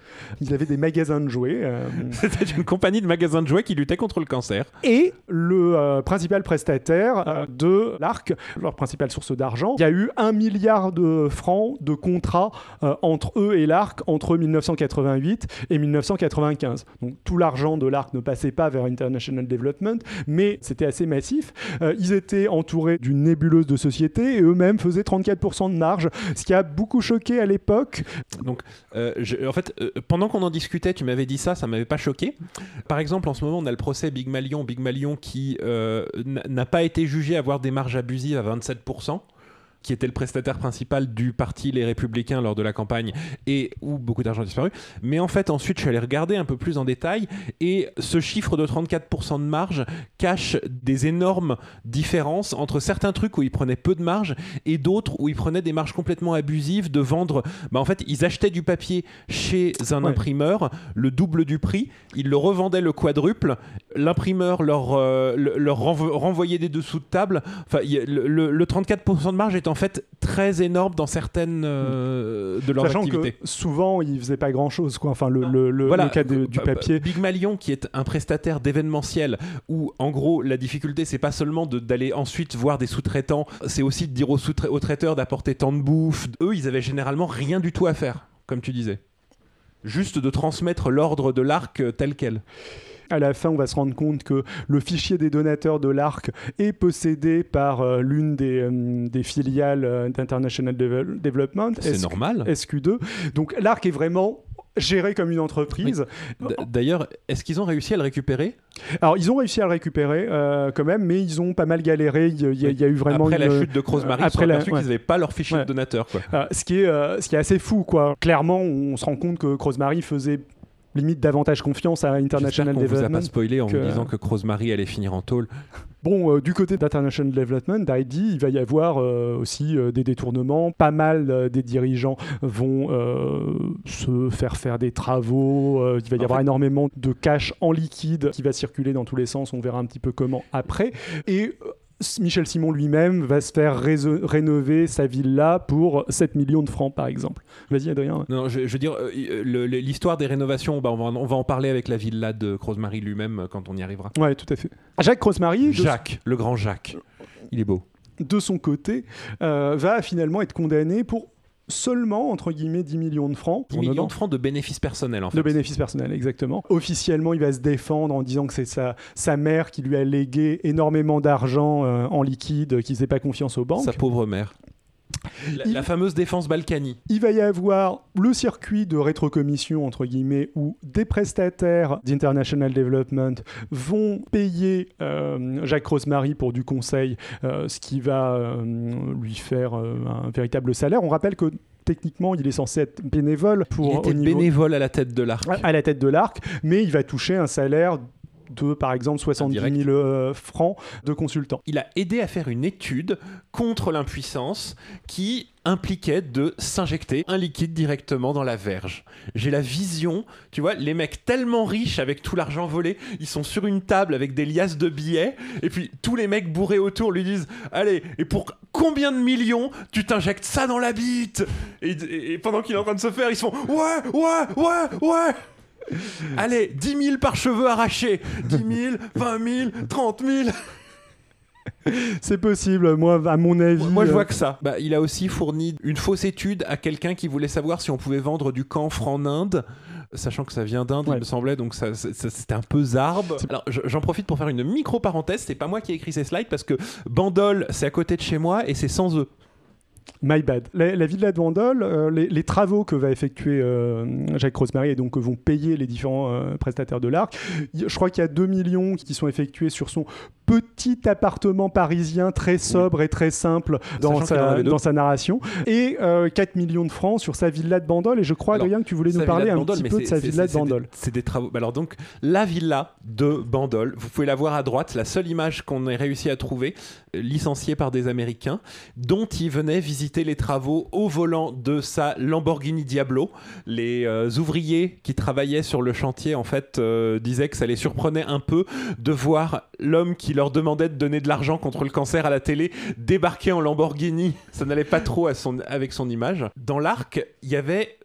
Ils avaient des magasins de jouets. Euh... C'était une compagnie de magasins de jouets qui luttait contre le cancer. Et le euh, principal prestataire euh, de l'Arc, leur principale source d'argent, il y a eu un milliard de francs de contrats euh, entre eux et l'Arc entre dix-neuf cent quatre-vingt-huit et dix-neuf cent quatre-vingt-quinze. Donc tout l'argent de l'Arc ne passait pas vers International Development, mais c'était assez massif. Euh, ils étaient entourés d'une nébuleuse de sociétés et eux-mêmes faisaient trente-quatre pour cent de marge, ce qui a beaucoup choqué à l'époque. Donc, euh, je, en fait, euh, pendant qu'on en discutait, tu m'avais dit ça, ça m'avait pas choqué. Par exemple, en ce moment, on a le procès Big Malion, Big Malion qui euh, n'a pas été jugé avoir des marges abusives à vingt-sept pour cent. Qui était le prestataire principal du parti Les Républicains lors de la campagne et où beaucoup d'argent a disparu. Mais en fait, ensuite, je suis allé regarder un peu plus en détail et ce chiffre de trente-quatre pour cent de marge cache des énormes différences entre certains trucs où ils prenaient peu de marge et d'autres où ils prenaient des marges complètement abusives de vendre. Bah, en fait, ils achetaient du papier chez un ouais. imprimeur, le double du prix, ils le revendaient le quadruple, l'imprimeur leur, euh, leur renvo- renvoyait des dessous de table. Enfin, y a, le, le, le trente-quatre pour cent de marge est en fait très énorme dans certaines euh, de leurs Sachant activités. Que souvent, ils faisaient pas grand-chose, quoi. Enfin, le, le, le, voilà, le cas de, du papier. Big Malion, qui est un prestataire d'événementiel, où en gros la difficulté, c'est pas seulement de, d'aller ensuite voir des sous-traitants, c'est aussi de dire aux, sous-tra- aux traiteurs d'apporter tant de bouffe. Eux, ils avaient généralement rien du tout à faire, comme tu disais. Juste de transmettre l'ordre de l'Arc tel quel. À la fin, on va se rendre compte que le fichier des donateurs de l'Arc est possédé par euh, l'une des, euh, des filiales euh, d'International Devel- Development. C'est S Q, normal. S Q deux. Donc l'Arc est vraiment géré comme une entreprise. Oui. D- d'ailleurs, est-ce qu'ils ont réussi à le récupérer ? Alors, ils ont réussi à le récupérer euh, quand même, mais ils ont pas mal galéré. Il y, il y, il y a eu vraiment après une... la chute de Crozmarie, ils se sont aperçus ouais. qu'ils n'avaient pas leur fichier ouais. de donateur. Quoi. Euh, ce, qui est, euh, ce qui est assez fou, quoi. Clairement, on se rend compte que Crozmarie faisait limite davantage confiance à International J'espère qu'on Development. Vous a pas spoilé en que... vous disant que Crozmarie allait finir en tôle. Bon, euh, du côté d'International Development, d'I D, il va y avoir euh, aussi euh, des détournements. Pas mal euh, des dirigeants vont euh, se faire faire des travaux. Euh, il va y en avoir fait... énormément de cash en liquide qui va circuler dans tous les sens. On verra un petit peu comment après. Et euh, Michel Simon lui-même va se faire réso- rénover sa villa pour sept millions de francs, par exemple. Vas-y, Adrien. Non, je, je veux dire, euh, le, le, l'histoire des rénovations, bah, on, va, on va en parler avec la villa de Crozmarie lui-même quand on y arrivera. Ouais, tout à fait. Jacques Crozmarie... Jacques, de... le grand Jacques. Il est beau. De son côté, euh, va finalement être condamné pour seulement, entre guillemets, dix millions de francs. dix millions de francs de bénéfices personnels, en fait. De bénéfices personnels, exactement. Officiellement, il va se défendre en disant que c'est sa, sa mère qui lui a légué énormément d'argent euh, en liquide, qu'il ne faisait pas confiance aux banques. Sa pauvre mère. La, il, la fameuse défense Balkany. Il va y avoir le circuit de rétrocommission, entre guillemets, où des prestataires d'International Development vont payer euh, Jacques Crozmarie pour du conseil, euh, ce qui va euh, lui faire euh, un véritable salaire. On rappelle que techniquement, il est censé être bénévole. Pour, il était au niveau... bénévole à la tête de l'Arc. À, à la tête de l'Arc, mais il va toucher un salaire de, par exemple, soixante-dix mille euh, francs de consultant. Il a aidé à faire une étude contre l'impuissance qui impliquait de s'injecter un liquide directement dans la verge. J'ai la vision, tu vois, les mecs tellement riches avec tout l'argent volé, ils sont sur une table avec des liasses de billets, et puis tous les mecs bourrés autour lui disent « Allez, et pour combien de millions tu t'injectes ça dans la bite ?» et, et, et pendant qu'il est en train de se faire, ils se font « Ouais, ouais, ouais, ouais !» Allez, dix mille par cheveux arrachés. dix mille, vingt mille, trente mille. C'est possible, moi, à mon avis. Moi, je vois que ça. Bah, il a aussi fourni une fausse étude à quelqu'un qui voulait savoir si on pouvait vendre du camphre en Inde. Sachant que ça vient d'Inde, ouais. il me semblait, donc ça, ça, c'était un peu zarbe. Alors, j'en profite pour faire une micro-parenthèse. C'est pas moi qui ai écrit ces slides parce que Bandol, c'est à côté de chez moi et c'est sans eux. My bad. La, la villa de Bandol, euh, les, les travaux que va effectuer euh, Jacques Crozmarie et donc que vont payer les différents euh, prestataires de l'Arc, je crois qu'il y a deux millions qui sont effectués sur son petit appartement parisien très sobre oui. et très simple dans, sa, dans sa narration, et euh, quatre millions de francs sur sa villa de Bandol. Et je crois, Adrien, que tu voulais nous parler un Bandol, petit peu de sa c'est, villa c'est, de Bandol. C'est des, c'est des travaux. Alors donc, la villa de Bandol, vous pouvez la voir à droite, la seule image qu'on ait réussi à trouver, licenciée par des Américains, dont ils venaient visiter les travaux au volant de sa Lamborghini Diablo. Les euh, ouvriers qui travaillaient sur le chantier, en fait, euh, disaient que ça les surprenait un peu de voir l'homme qui leur demandait de donner de l'argent contre le cancer à la télé débarquer en Lamborghini. Ça n'allait pas trop à son, avec son image. Dans l'Arc, il y avait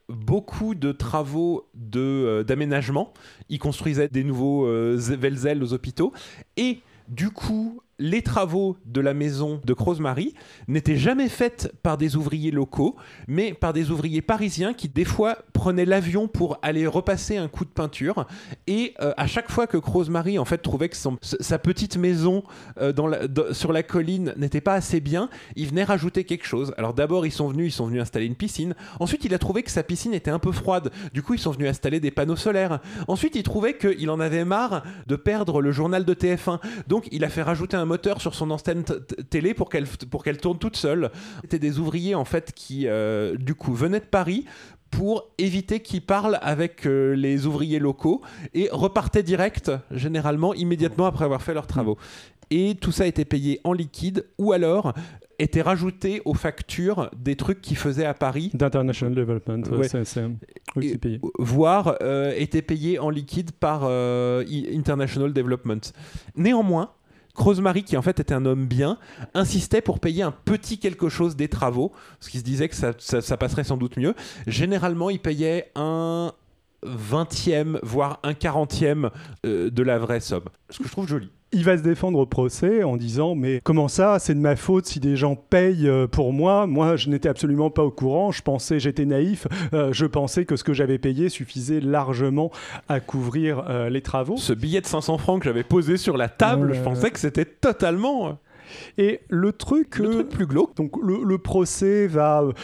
beaucoup de travaux de, euh, d'aménagement. Il construisait des nouveaux euh, Welzel aux hôpitaux. Et du coup, les travaux de la maison de Crozemarie n'étaient jamais faits par des ouvriers locaux, mais par des ouvriers parisiens qui, des fois, prenaient l'avion pour aller repasser un coup de peinture. Et euh, à chaque fois que Crozemarie, en fait, trouvait que son, sa petite maison euh, dans la, dans, sur la colline n'était pas assez bien, il venait rajouter quelque chose. Alors d'abord, ils sont venus, ils sont venus installer une piscine. Ensuite, il a trouvé que sa piscine était un peu froide. Du coup, ils sont venus installer des panneaux solaires. Ensuite, il trouvait qu'il en avait marre de perdre le journal de T F un. Donc, il a fait rajouter un moteur sur son antenne t- t- télé pour qu'elle, pour qu'elle tourne toute seule. C'était des ouvriers en fait qui euh, du coup venaient de Paris pour éviter qu'ils parlent avec euh, les ouvriers locaux et repartaient direct, généralement immédiatement après avoir fait leurs travaux. Et tout ça était payé en liquide ou alors était rajouté aux factures des trucs qu'ils faisaient à Paris. D'International Development, ouais. c'est, c'est oui, c'est payé. Voire euh, était payé en liquide par euh, International Development. Néanmoins, Crozemarie, qui en fait était un homme bien, insistait pour payer un petit quelque chose des travaux, parce qu'il se disait que ça, ça, ça passerait sans doute mieux. Généralement, il payait un vingtième, voire un quarantième euh, de la vraie somme. Ce que je trouve joli. Il va se défendre au procès en disant « Mais comment ça, c'est de ma faute si des gens payent pour moi ? Moi, je n'étais absolument pas au courant. Je pensais, j'étais naïf. Euh, je pensais que ce que j'avais payé suffisait largement à couvrir euh, les travaux. » Ce billet de cinq cents francs que j'avais posé sur la table, euh... je pensais que c'était totalement... Et le truc... Le euh, truc plus glauque. Donc, le, le procès va euh,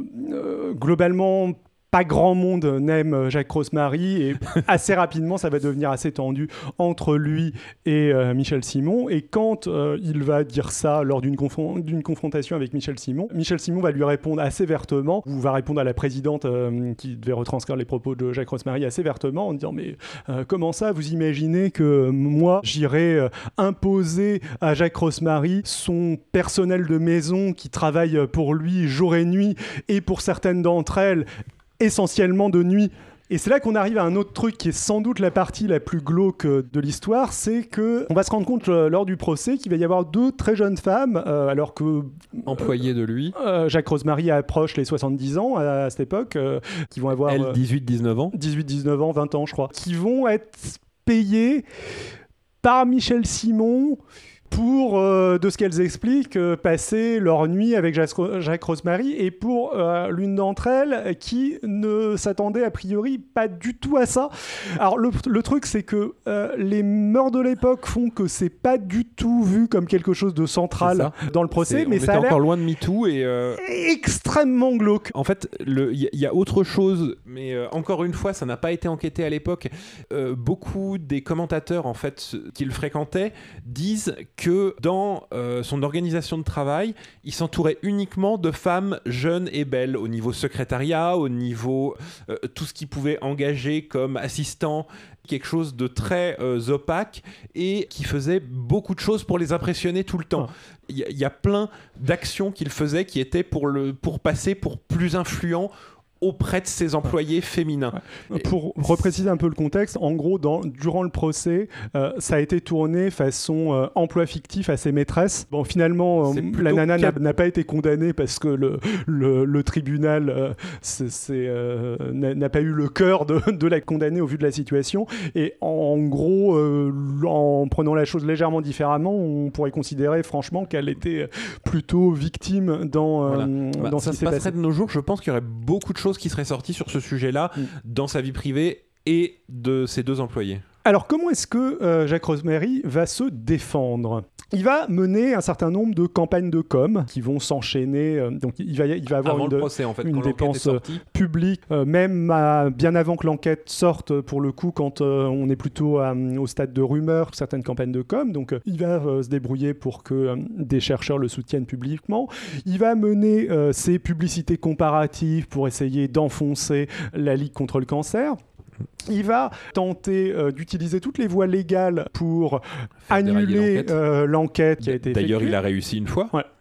euh, globalement... Pas grand monde n'aime Jacques Crozemarie et assez rapidement ça va devenir assez tendu entre lui et euh, Michel Simon, et quand euh, il va dire ça lors d'une, confron- d'une confrontation avec Michel Simon, Michel Simon va lui répondre assez vertement, ou va répondre à la présidente euh, qui devait retranscrire les propos de Jacques Crozemarie assez vertement en disant mais euh, comment ça vous imaginez que moi j'irais euh, imposer à Jacques Crozemarie son personnel de maison qui travaille pour lui jour et nuit, et pour certaines d'entre elles essentiellement de nuit. Et c'est là qu'on arrive à un autre truc qui est sans doute la partie la plus glauque de l'histoire, c'est qu'on va se rendre compte euh, lors du procès qu'il va y avoir deux très jeunes femmes, euh, alors que... Employées de lui. Euh, Jacques Crozemarie approche les soixante-dix ans à, à cette époque, euh, qui vont avoir... Elle, dix-huit dix-neuf ans. dix-huit dix-neuf ans, vingt ans je crois. Qui vont être payées par Michel Simon... pour, euh, de ce qu'elles expliquent, euh, passer leur nuit avec Jacques Crozemarie, et pour euh, l'une d'entre elles qui ne s'attendait a priori pas du tout à ça. Alors le, le truc c'est que euh, les mœurs de l'époque font que c'est pas du tout vu comme quelque chose de central dans le procès, c'est, mais on ça a était l'air encore loin de MeToo et euh... extrêmement glauque. En fait, il y, y a autre chose, mais euh, encore une fois, ça n'a pas été enquêté à l'époque. Euh, beaucoup des commentateurs en fait qu'il fréquentait disent que dans euh, son organisation de travail, il s'entourait uniquement de femmes jeunes et belles au niveau secrétariat, au niveau euh, tout ce qu'il pouvait engager comme assistant, quelque chose de très euh, opaque et qui faisait beaucoup de choses pour les impressionner tout le temps. Il y, y a plein d'actions qu'il faisait qui étaient pour, le, pour passer pour plus influent auprès de ses employés féminins. Ouais. Pour Et repréciser un peu le contexte, en gros, dans, durant le procès, euh, ça a été tourné façon euh, emploi fictif à ses maîtresses. Bon, finalement, euh, la nana n'a, n'a pas été condamnée parce que le, le, le tribunal euh, c'est, c'est, euh, n'a, n'a pas eu le cœur de, de la condamner au vu de la situation. Et en, en gros, euh, en prenant la chose légèrement différemment, on pourrait considérer franchement qu'elle était plutôt victime dans, voilà. euh, bah, dans ça. Ce qui se passerait de nos jours, je pense qu'il y aurait beaucoup de choses qui seraient sorties sur ce sujet-là mm. dans sa vie privée et de ses deux employés. Alors, comment est-ce que euh, Jacques Crozemarie va se défendre ? Il va mener un certain nombre de campagnes de com qui vont s'enchaîner. Euh, donc, il va, il va avoir avant une, le procès, en fait, une quand dépense sortie. publique, euh, même à, bien avant que l'enquête sorte, pour le coup, quand euh, on est plutôt à, au stade de rumeur, certaines campagnes de com. Donc, euh, il va euh, se débrouiller pour que euh, des chercheurs le soutiennent publiquement. Il va mener euh, ses publicités comparatives pour essayer d'enfoncer la Ligue contre le cancer. Il va tenter euh, d'utiliser toutes les voies légales pour Faire annuler l'enquête. Euh, l'enquête qui a été D'ailleurs, effectuée. il a réussi une fois. Ouais.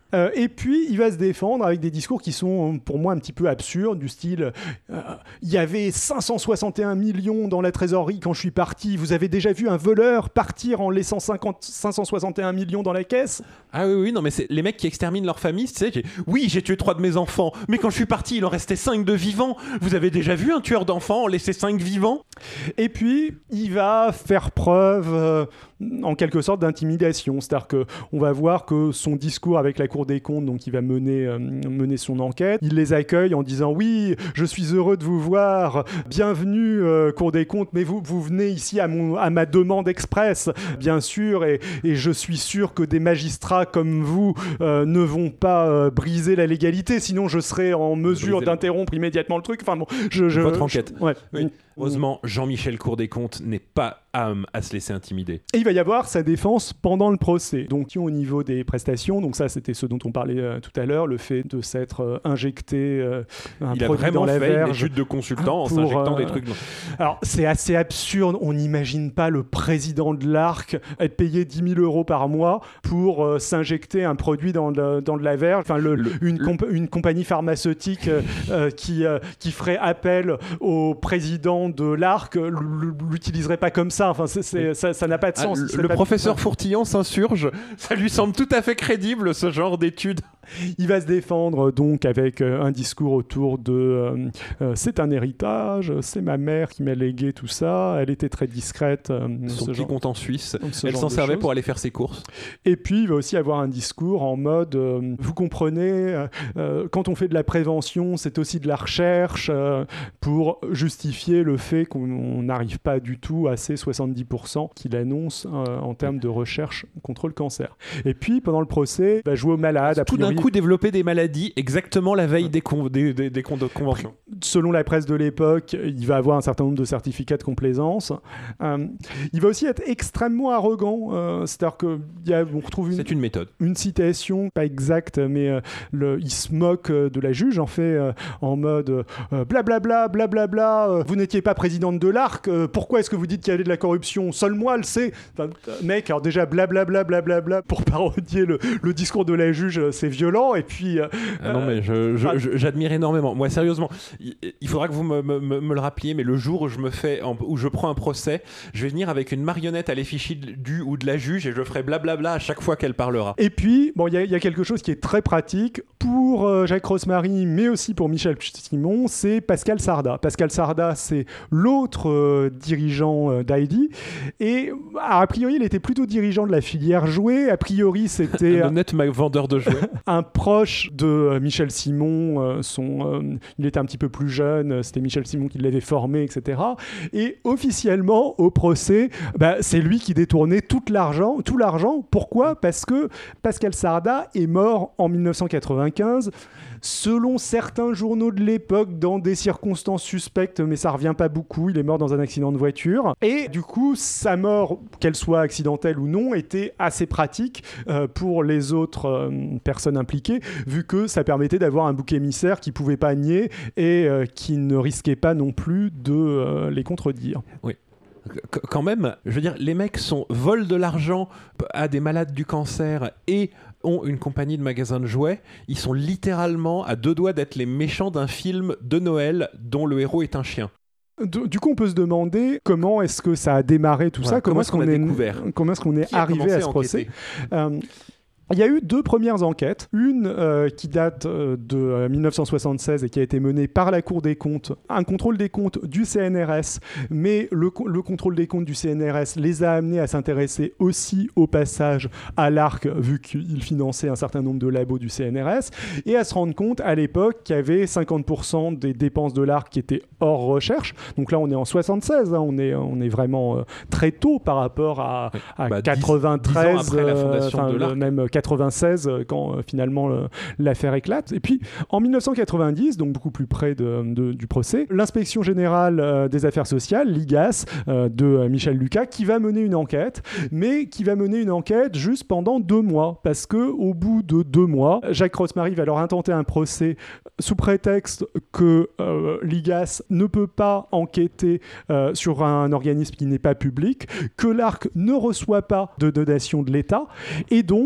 Euh, et puis, il va se défendre avec des discours qui sont, pour moi, un petit peu absurdes, du style euh, « Il y avait cinq cent soixante et un millions dans la trésorerie quand je suis parti. Vous avez déjà vu un voleur partir en laissant cinquante, cinq cent soixante et un millions dans la caisse ?» Ah oui, oui, non, mais c'est les mecs qui exterminent leur famille, tu sais, j'ai... oui, j'ai tué trois de mes enfants, mais quand je suis parti, il en restait cinq de vivants. Vous avez déjà vu un tueur d'enfants en laisser cinq vivants ? Et puis, il va faire preuve, euh, en quelque sorte, d'intimidation. C'est-à-dire qu'on va voir que son discours avec la Cour des comptes, donc il va mener, euh, mener son enquête, il les accueille en disant « Oui, je suis heureux de vous voir, bienvenue, euh, Cour des comptes, mais vous, vous venez ici à, mon, à ma demande express, bien sûr, et, et je suis sûr que des magistrats comme vous euh, ne vont pas euh, briser la légalité, sinon je serai en mesure d'interrompre immédiatement le truc. » Enfin bon, je... je Votre enquête. Je, ouais. Oui. Heureusement, Jean-Michel Cour des comptes n'est pas âme à se laisser intimider. Et il va y avoir sa défense pendant le procès. Donc au niveau des prestations, donc ça c'était ce dont on parlait euh, tout à l'heure, le fait de s'être euh, injecté euh, un il produit a vraiment dans la fait verge. Une étude de consultant pour, en s'injectant euh, des trucs. Dans... Alors c'est assez absurde, on n'imagine pas le président de l'Arc être payé dix mille euros par mois pour euh, s'injecter un produit dans de, dans de la verge. Enfin, le, le, une, comp- le... une compagnie pharmaceutique euh, euh, qui, euh, qui ferait appel au président de l'Arc l'utiliserait pas comme ça. Enfin, c'est, c'est, ça, ça n'a pas de sens. Ah, le le professeur pas... Fourtillon s'insurge. Ça lui semble tout à fait crédible, ce genre d'études. Il va se défendre donc avec euh, un discours autour de euh, euh, c'est un héritage, c'est ma mère qui m'a légué tout ça, elle était très discrète. Euh, Son petit genre, compte en Suisse, elle s'en servait choses. Pour aller faire ses courses. Et puis il va aussi avoir un discours en mode euh, vous comprenez, euh, quand on fait de la prévention, c'est aussi de la recherche euh, pour justifier le fait qu'on n'arrive pas du tout à ces soixante-dix pour cent qu'il annonce euh, en termes de recherche contre le cancer. Et puis pendant le procès, il va jouer au malade. Tout d'un coup développer des maladies exactement la veille des, con- des, des, des con- de conventions. Selon la presse de l'époque, il va avoir un certain nombre de certificats de complaisance. Euh, il va aussi être extrêmement arrogant. Euh, c'est-à-dire qu'on retrouve une, C'est une méthode. Une citation, pas exacte, mais euh, le, il se moque de la juge, en fait, euh, en mode euh, blablabla, blablabla, euh, vous n'étiez pas présidente de l'Arc, euh, pourquoi est-ce que vous dites qu'il y avait de la corruption ? Seul moi le sais. Enfin, mec, alors déjà blablabla, blablabla, pour parodier le, le discours de la juge, c'est violent. Et puis, euh, ah non, mais je, je, je, j'admire énormément. Moi, sérieusement, il, il faudra que vous me, me, me le rappeliez, mais le jour où je, me fais, où je prends un procès, je vais venir avec une marionnette à l'effigie du ou de la juge et je ferai blablabla à chaque fois qu'elle parlera. Et puis, bon, il y, y a quelque chose qui est très pratique pour euh, Jacques Rosmarin, mais aussi pour Michel Simon, c'est Pascal Sarda. Pascal Sarda, c'est l'autre euh, dirigeant euh, d'I D. Et a priori, il était plutôt dirigeant de la filière jouets. A priori, c'était... un honnête vendeur de jouets. Un proche de euh, Michel Simon, euh, son, euh, il était un petit peu plus jeune, c'était Michel Simon qui l'avait formé, et cetera. Et officiellement, au procès, bah, c'est lui qui détournait tout l'argent. Tout l'argent. Pourquoi ? Parce que Pascal Sarda est mort en dix-neuf cent quatre-vingt-quinze, selon certains journaux de l'époque, dans des circonstances suspectes, mais ça revient pas beaucoup. Il est mort dans un accident de voiture. Et du coup, sa mort, qu'elle soit accidentelle ou non, était assez pratique euh, pour les autres euh, personnes impliquées, vu que ça permettait d'avoir un bouc émissaire qui pouvait pas nier et euh, qui ne risquait pas non plus de euh, les contredire. Oui. Quand même, je veux dire, les mecs sont, volent de l'argent à des malades du cancer et ont une compagnie de magasins de jouets. Ils sont littéralement à deux doigts d'être les méchants d'un film de Noël dont le héros est un chien. Du coup, on peut se demander comment est-ce que ça a démarré tout voilà, ça, comment, comment est-ce qu'on, qu'on est découvert comment est-ce qu'on est arrivé à ce procès. Euh, Il y a eu deux premières enquêtes, une euh, qui date euh, de euh, dix-neuf cent soixante-seize et qui a été menée par la Cour des comptes, un contrôle des comptes du C N R S, mais le, le contrôle des comptes du C N R S les a amenés à s'intéresser aussi au passage à l'Arc, vu qu'il finançait un certain nombre de labos du C N R S, et à se rendre compte à l'époque qu'il y avait cinquante pour cent des dépenses de l'Arc qui étaient hors recherche. Donc là, on est en soixante-seize, hein, on, est, on est vraiment euh, très tôt par rapport à, à bah, quatre-vingt-treize, dix, dix ans après la fondation euh, de l'Arc. Même quatre-vingt-seize quand euh, finalement euh, l'affaire éclate. Et puis en dix-neuf cent quatre-vingt-dix, donc beaucoup plus près de, de, du procès, l'inspection générale euh, des affaires sociales, l'I G A S, euh, de euh, Michel Lucas, qui va mener une enquête, mais qui va mener une enquête juste pendant deux mois, parce que au bout de deux mois, Jacques Rosmarin va leur intenter un procès sous prétexte que euh, l'I G A S ne peut pas enquêter euh, sur un organisme qui n'est pas public, que l'Arc ne reçoit pas de donation de l'État, et donc que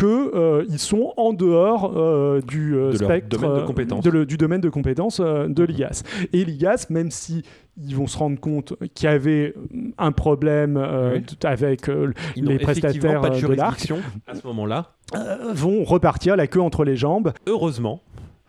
qu'ils euh, sont en dehors euh, du euh, de spectre domaine de compétences. de le, du domaine de compétences euh, de l'I G A S. Et l'I G A S, même si ils vont se rendre compte qu'il y avait un problème euh, oui. avec euh, Ils les prestataires pas de, de l'A R C, à ce moment-là, euh, vont repartir la queue entre les jambes. Heureusement,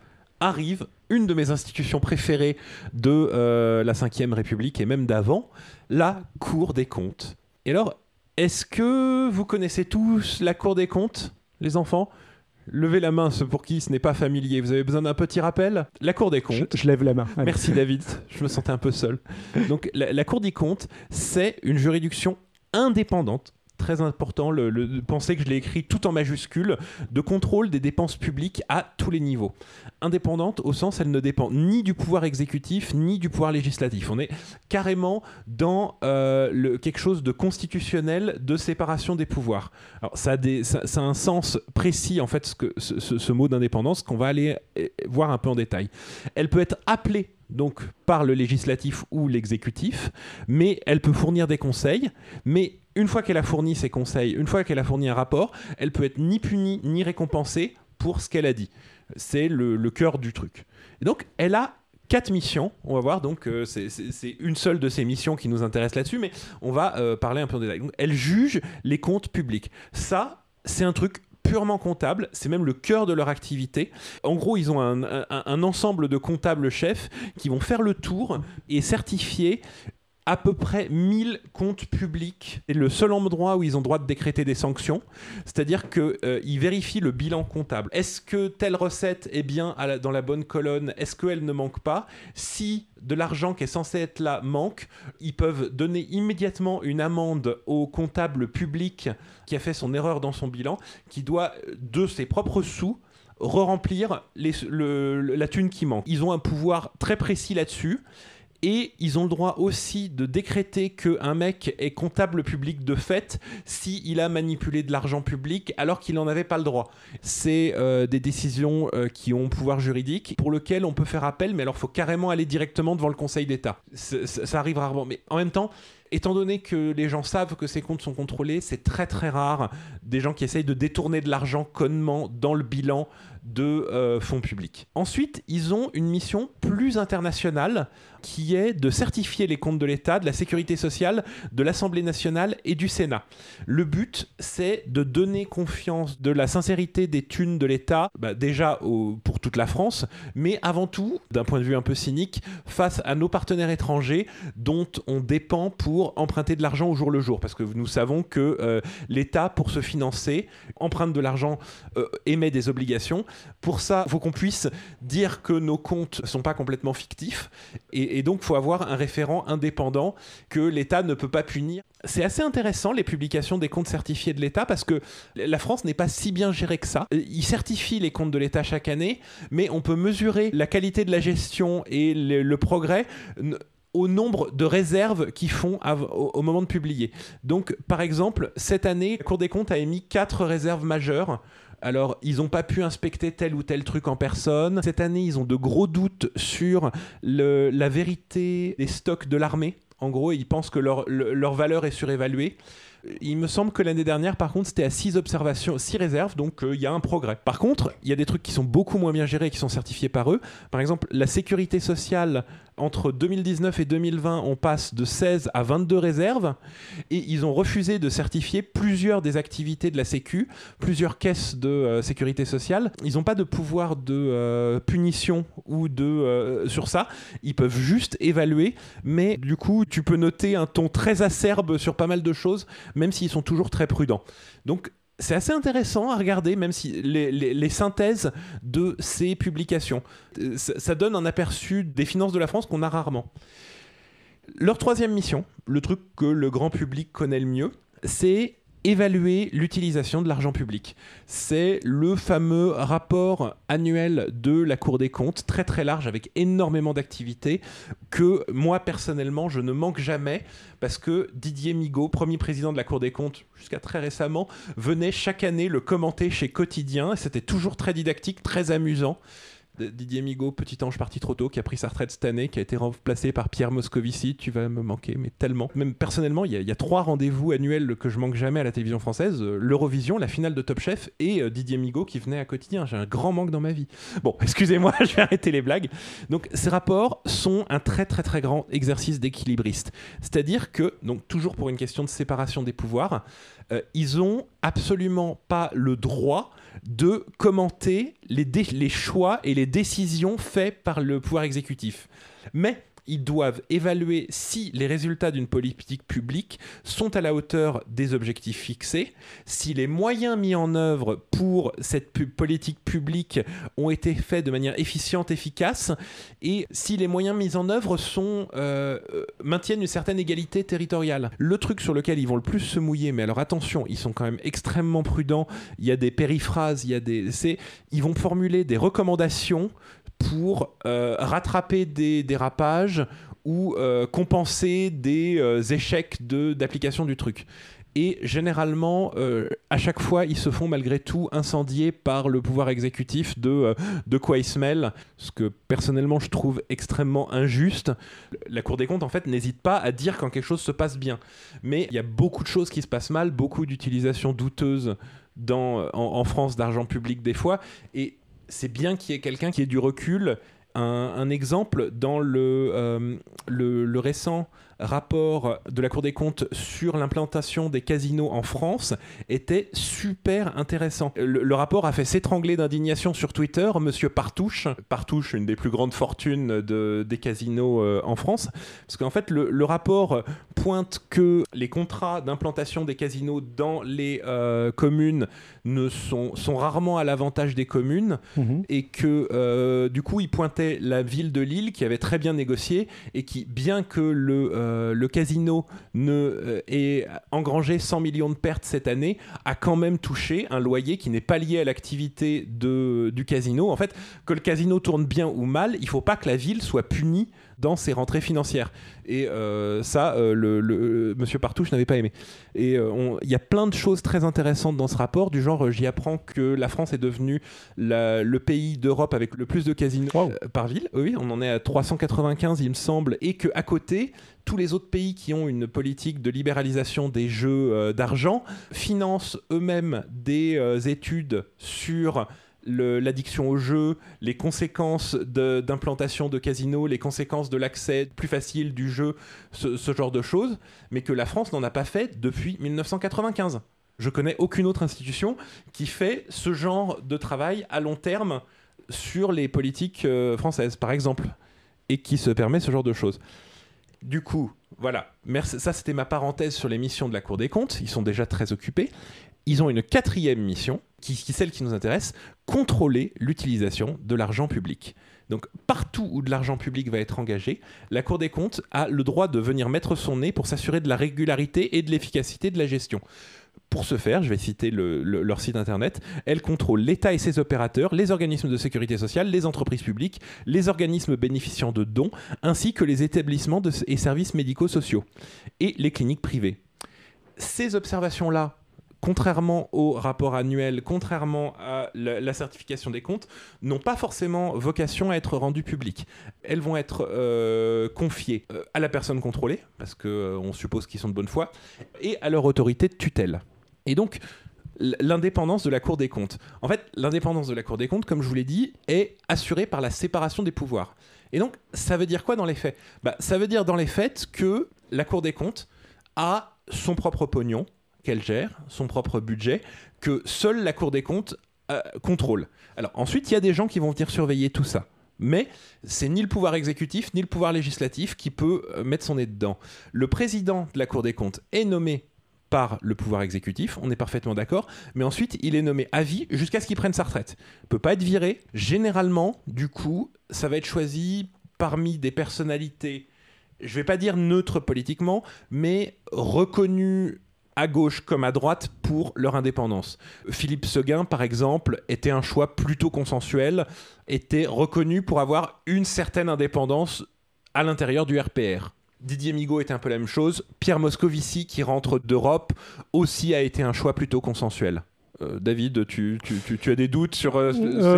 arrive une de mes institutions préférées de euh, la cinquième République et même d'avant, la Cour des comptes. Et alors, est-ce que vous connaissez tous la Cour des comptes, les enfants ? Levez la main, ceux pour qui ce n'est pas familier. Vous avez besoin d'un petit rappel ? La Cour des comptes. Je, je lève la main. Allez. Merci David, je me sentais un peu seul. Donc la, la Cour des comptes, c'est une juridiction indépendante, très important, le, le, pensez que je l'ai écrit tout en majuscule, de contrôle des dépenses publiques à tous les niveaux. Indépendante au sens, elle ne dépend ni du pouvoir exécutif, ni du pouvoir législatif. On est carrément dans euh, le, quelque chose de constitutionnel, de séparation des pouvoirs. Alors ça a, des, ça, ça a un sens précis, en fait, ce, que, ce, ce, ce mot d'indépendance, qu'on va aller voir un peu en détail. Elle peut être appelée donc par le législatif ou l'exécutif, mais elle peut fournir des conseils, mais une fois qu'elle a fourni ses conseils, une fois qu'elle a fourni un rapport, elle peut être ni punie ni récompensée pour ce qu'elle a dit. C'est le, le cœur du truc. Et donc, elle a quatre missions, on va voir, donc euh, c'est, c'est, c'est une seule de ces missions qui nous intéresse là-dessus, mais on va euh, parler un peu en détail. Donc, elle juge les comptes publics. Ça, c'est un truc purement comptable, c'est même le cœur de leur activité. En gros, ils ont un, un, un ensemble de comptables chefs qui vont faire le tour et certifier à peu près mille comptes publics. C'est le seul endroit où ils ont droit de décréter des sanctions, c'est-à-dire qu'ils euh, vérifient le bilan comptable. Est-ce que telle recette est bien à la, dans la bonne colonne ? Est-ce qu'elle ne manque pas ? Si de l'argent qui est censé être là manque, ils peuvent donner immédiatement une amende au comptable public qui a fait son erreur dans son bilan, qui doit, de ses propres sous, re-remplir les, le, la thune qui manque. Ils ont un pouvoir très précis là-dessus. Et ils ont le droit aussi de décréter qu'un mec est comptable public de fait s'il a manipulé de l'argent public alors qu'il n'en avait pas le droit. C'est euh, des décisions euh, qui ont pouvoir juridique pour lesquelles on peut faire appel, mais alors il faut carrément aller directement devant le Conseil d'État. C'est, ça arrive rarement. Mais en même temps, étant donné que les gens savent que ces comptes sont contrôlés, c'est très très rare des gens qui essayent de détourner de l'argent connement dans le bilan de euh, fonds publics. Ensuite, ils ont une mission plus internationale qui est de certifier les comptes de l'État, de la sécurité sociale, de l'Assemblée nationale et du Sénat. Le but, c'est de donner confiance de la sincérité des thunes de l'État, bah déjà au, pour toute la France, mais avant tout, d'un point de vue un peu cynique, face à nos partenaires étrangers dont on dépend pour emprunter de l'argent au jour le jour. Parce que nous savons que euh, l'État, pour se financer, emprunte de l'argent, euh, émet des obligations. Pour ça, il faut qu'on puisse dire que nos comptes ne sont pas complètement fictifs et, et donc il faut avoir un référent indépendant que l'État ne peut pas punir. C'est assez intéressant les publications des comptes certifiés de l'État parce que la France n'est pas si bien gérée que ça. Ils certifient les comptes de l'État chaque année, mais on peut mesurer la qualité de la gestion et le, le progrès au nombre de réserves qu'ils font au, au moment de publier. Donc, par exemple, cette année, la Cour des comptes a émis quatre réserves majeures. Alors, ils n'ont pas pu inspecter tel ou tel truc en personne. Cette année, ils ont de gros doutes sur le, la vérité des stocks de l'armée. En gros, ils pensent que leur, le, leur valeur est surévaluée. Il me semble que l'année dernière, par contre, c'était à six observations, six réserves, donc il euh, y a un progrès. Par contre, il y a des trucs qui sont beaucoup moins bien gérés et qui sont certifiés par eux. Par exemple, la sécurité sociale, entre deux mille dix-neuf et deux mille vingt, on passe de seize à vingt-deux réserves et ils ont refusé de certifier plusieurs des activités de la Sécu, plusieurs caisses de euh, sécurité sociale. Ils n'ont pas de pouvoir de euh, punition ou de euh, sur ça. Ils peuvent juste évaluer, mais du coup, tu peux noter un ton très acerbe sur pas mal de choses, même s'ils sont toujours très prudents. Donc, c'est assez intéressant à regarder, même si les, les, les synthèses de ces publications. Ça, ça donne un aperçu des finances de la France qu'on a rarement. Leur troisième mission, le truc que le grand public connaît le mieux, c'est évaluer l'utilisation de l'argent public. C'est le fameux rapport annuel de la Cour des comptes, très très large, avec énormément d'activités, que moi personnellement je ne manque jamais, parce que Didier Migaud, premier président de la Cour des comptes jusqu'à très récemment, venait chaque année le commenter chez Quotidien, et c'était toujours très didactique, très amusant. Didier Migaud, petit ange parti trop tôt, qui a pris sa retraite cette année, qui a été remplacé par Pierre Moscovici. Tu vas me manquer, mais tellement. Même personnellement, il y, y a trois rendez-vous annuels que je manque jamais à la télévision française. Euh, L'Eurovision, la finale de Top Chef et euh, Didier Migaud qui venait à quotidien. J'ai un grand manque dans ma vie. Bon, excusez-moi, je vais arrêter les blagues. Donc, ces rapports sont un très très très grand exercice d'équilibriste. C'est-à-dire que, donc toujours pour une question de séparation des pouvoirs, euh, ils ont absolument pas le droit de commenter les, dé- les choix et les décisions faits par le pouvoir exécutif. Mais ils doivent évaluer si les résultats d'une politique publique sont à la hauteur des objectifs fixés, si les moyens mis en œuvre pour cette pu- politique publique ont été faits de manière efficiente, efficace, et si les moyens mis en œuvre sont, euh, euh, maintiennent une certaine égalité territoriale. Le truc sur lequel ils vont le plus se mouiller, mais alors attention, ils sont quand même extrêmement prudents, il y a des périphrases, il y a des... C'est, ils vont formuler des recommandations pour euh, rattraper des dérapages ou euh, compenser des euh, échecs de, d'application du truc. Et généralement, euh, à chaque fois, ils se font malgré tout incendier par le pouvoir exécutif de, euh, de quoi ils se mêlent, ce que personnellement je trouve extrêmement injuste. La Cour des comptes, en fait, n'hésite pas à dire quand quelque chose se passe bien. Mais il y a beaucoup de choses qui se passent mal, beaucoup d'utilisations douteuses dans, en, en France d'argent public des fois, et c'est bien qu'il y ait quelqu'un qui ait du recul. Un, un exemple, dans le, euh, le, le récent rapport de la Cour des comptes sur l'implantation des casinos en France était super intéressant. Le, le rapport a fait s'étrangler d'indignation sur Twitter Monsieur Partouche, Partouche, une des plus grandes fortunes de, des casinos euh, en France, parce qu'en fait le, le rapport pointe que les contrats d'implantation des casinos dans les euh, communes ne sont, sont rarement à l'avantage des communes, mmh. et que euh, du coup il pointait la ville de Lille qui avait très bien négocié et qui, bien que le euh, Euh, le casino ne, euh, ait engrangé cent millions de pertes cette année, a quand même touché un loyer qui n'est pas lié à l'activité de, du casino. En fait, que le casino tourne bien ou mal, il ne faut pas que la ville soit punie dans ses rentrées financières. Et euh, ça, euh, le, le, Monsieur Partouche n'avait pas aimé. Et il euh, y a plein de choses très intéressantes dans ce rapport, du genre, j'y apprends que la France est devenue la, le pays d'Europe avec le plus de casinos wow. euh, par ville. Oui, on en est à trois cent quatre-vingt-quinze, il me semble, et qu'à côté, tous les autres pays qui ont une politique de libéralisation des jeux euh, d'argent financent eux-mêmes des euh, études sur le, l'addiction aux jeux, les conséquences de, d'implantation de casinos, les conséquences de l'accès plus facile du jeu, ce, ce genre de choses, mais que la France n'en a pas fait depuis dix-neuf cent quatre-vingt-quinze. Je connais aucune autre institution qui fait ce genre de travail à long terme sur les politiques euh, françaises, par exemple, et qui se permet ce genre de choses. Du coup, voilà, merci. Ça c'était ma parenthèse sur les missions de la Cour des comptes, ils sont déjà très occupés. Ils ont une quatrième mission, qui, qui est celle qui nous intéresse, contrôler l'utilisation de l'argent public. Donc partout où de l'argent public va être engagé, la Cour des comptes a le droit de venir mettre son nez pour s'assurer de la régularité et de l'efficacité de la gestion. Pour ce faire, je vais citer le, le, leur site internet, elle contrôle l'État et ses opérateurs, les organismes de sécurité sociale, les entreprises publiques, les organismes bénéficiant de dons, ainsi que les établissements de, et services médico-sociaux, et les cliniques privées. Ces observations-là, contrairement au rapport annuel, contrairement à la, la certification des comptes, n'ont pas forcément vocation à être rendues publiques. Elles vont être euh, confiées euh, à la personne contrôlée, parce qu'on euh, suppose qu'ils sont de bonne foi, et à leur autorité de tutelle. Et donc, l'indépendance de la Cour des comptes. En fait, l'indépendance de la Cour des comptes, comme je vous l'ai dit, est assurée par la séparation des pouvoirs. Et donc, ça veut dire quoi dans les faits ? Bah, ça veut dire dans les faits que la Cour des comptes a son propre pognon, qu'elle gère, son propre budget, que seule la Cour des comptes euh, contrôle. Alors ensuite, il y a des gens qui vont venir surveiller tout ça. Mais c'est ni le pouvoir exécutif, ni le pouvoir législatif qui peut euh, mettre son nez dedans. Le président de la Cour des comptes est nommé par le pouvoir exécutif, on est parfaitement d'accord, mais ensuite il est nommé à vie jusqu'à ce qu'il prenne sa retraite. Il ne peut pas être viré. Généralement, du coup, ça va être choisi parmi des personnalités, je ne vais pas dire neutres politiquement, mais reconnues à gauche comme à droite pour leur indépendance. Philippe Séguin, par exemple, était un choix plutôt consensuel, était reconnu pour avoir une certaine indépendance à l'intérieur du R P R. Didier Migaud était un peu la même chose. Pierre Moscovici, qui rentre d'Europe, aussi a été un choix plutôt consensuel. Euh, David, tu, tu, tu, tu as des doutes sur euh, Séguin ?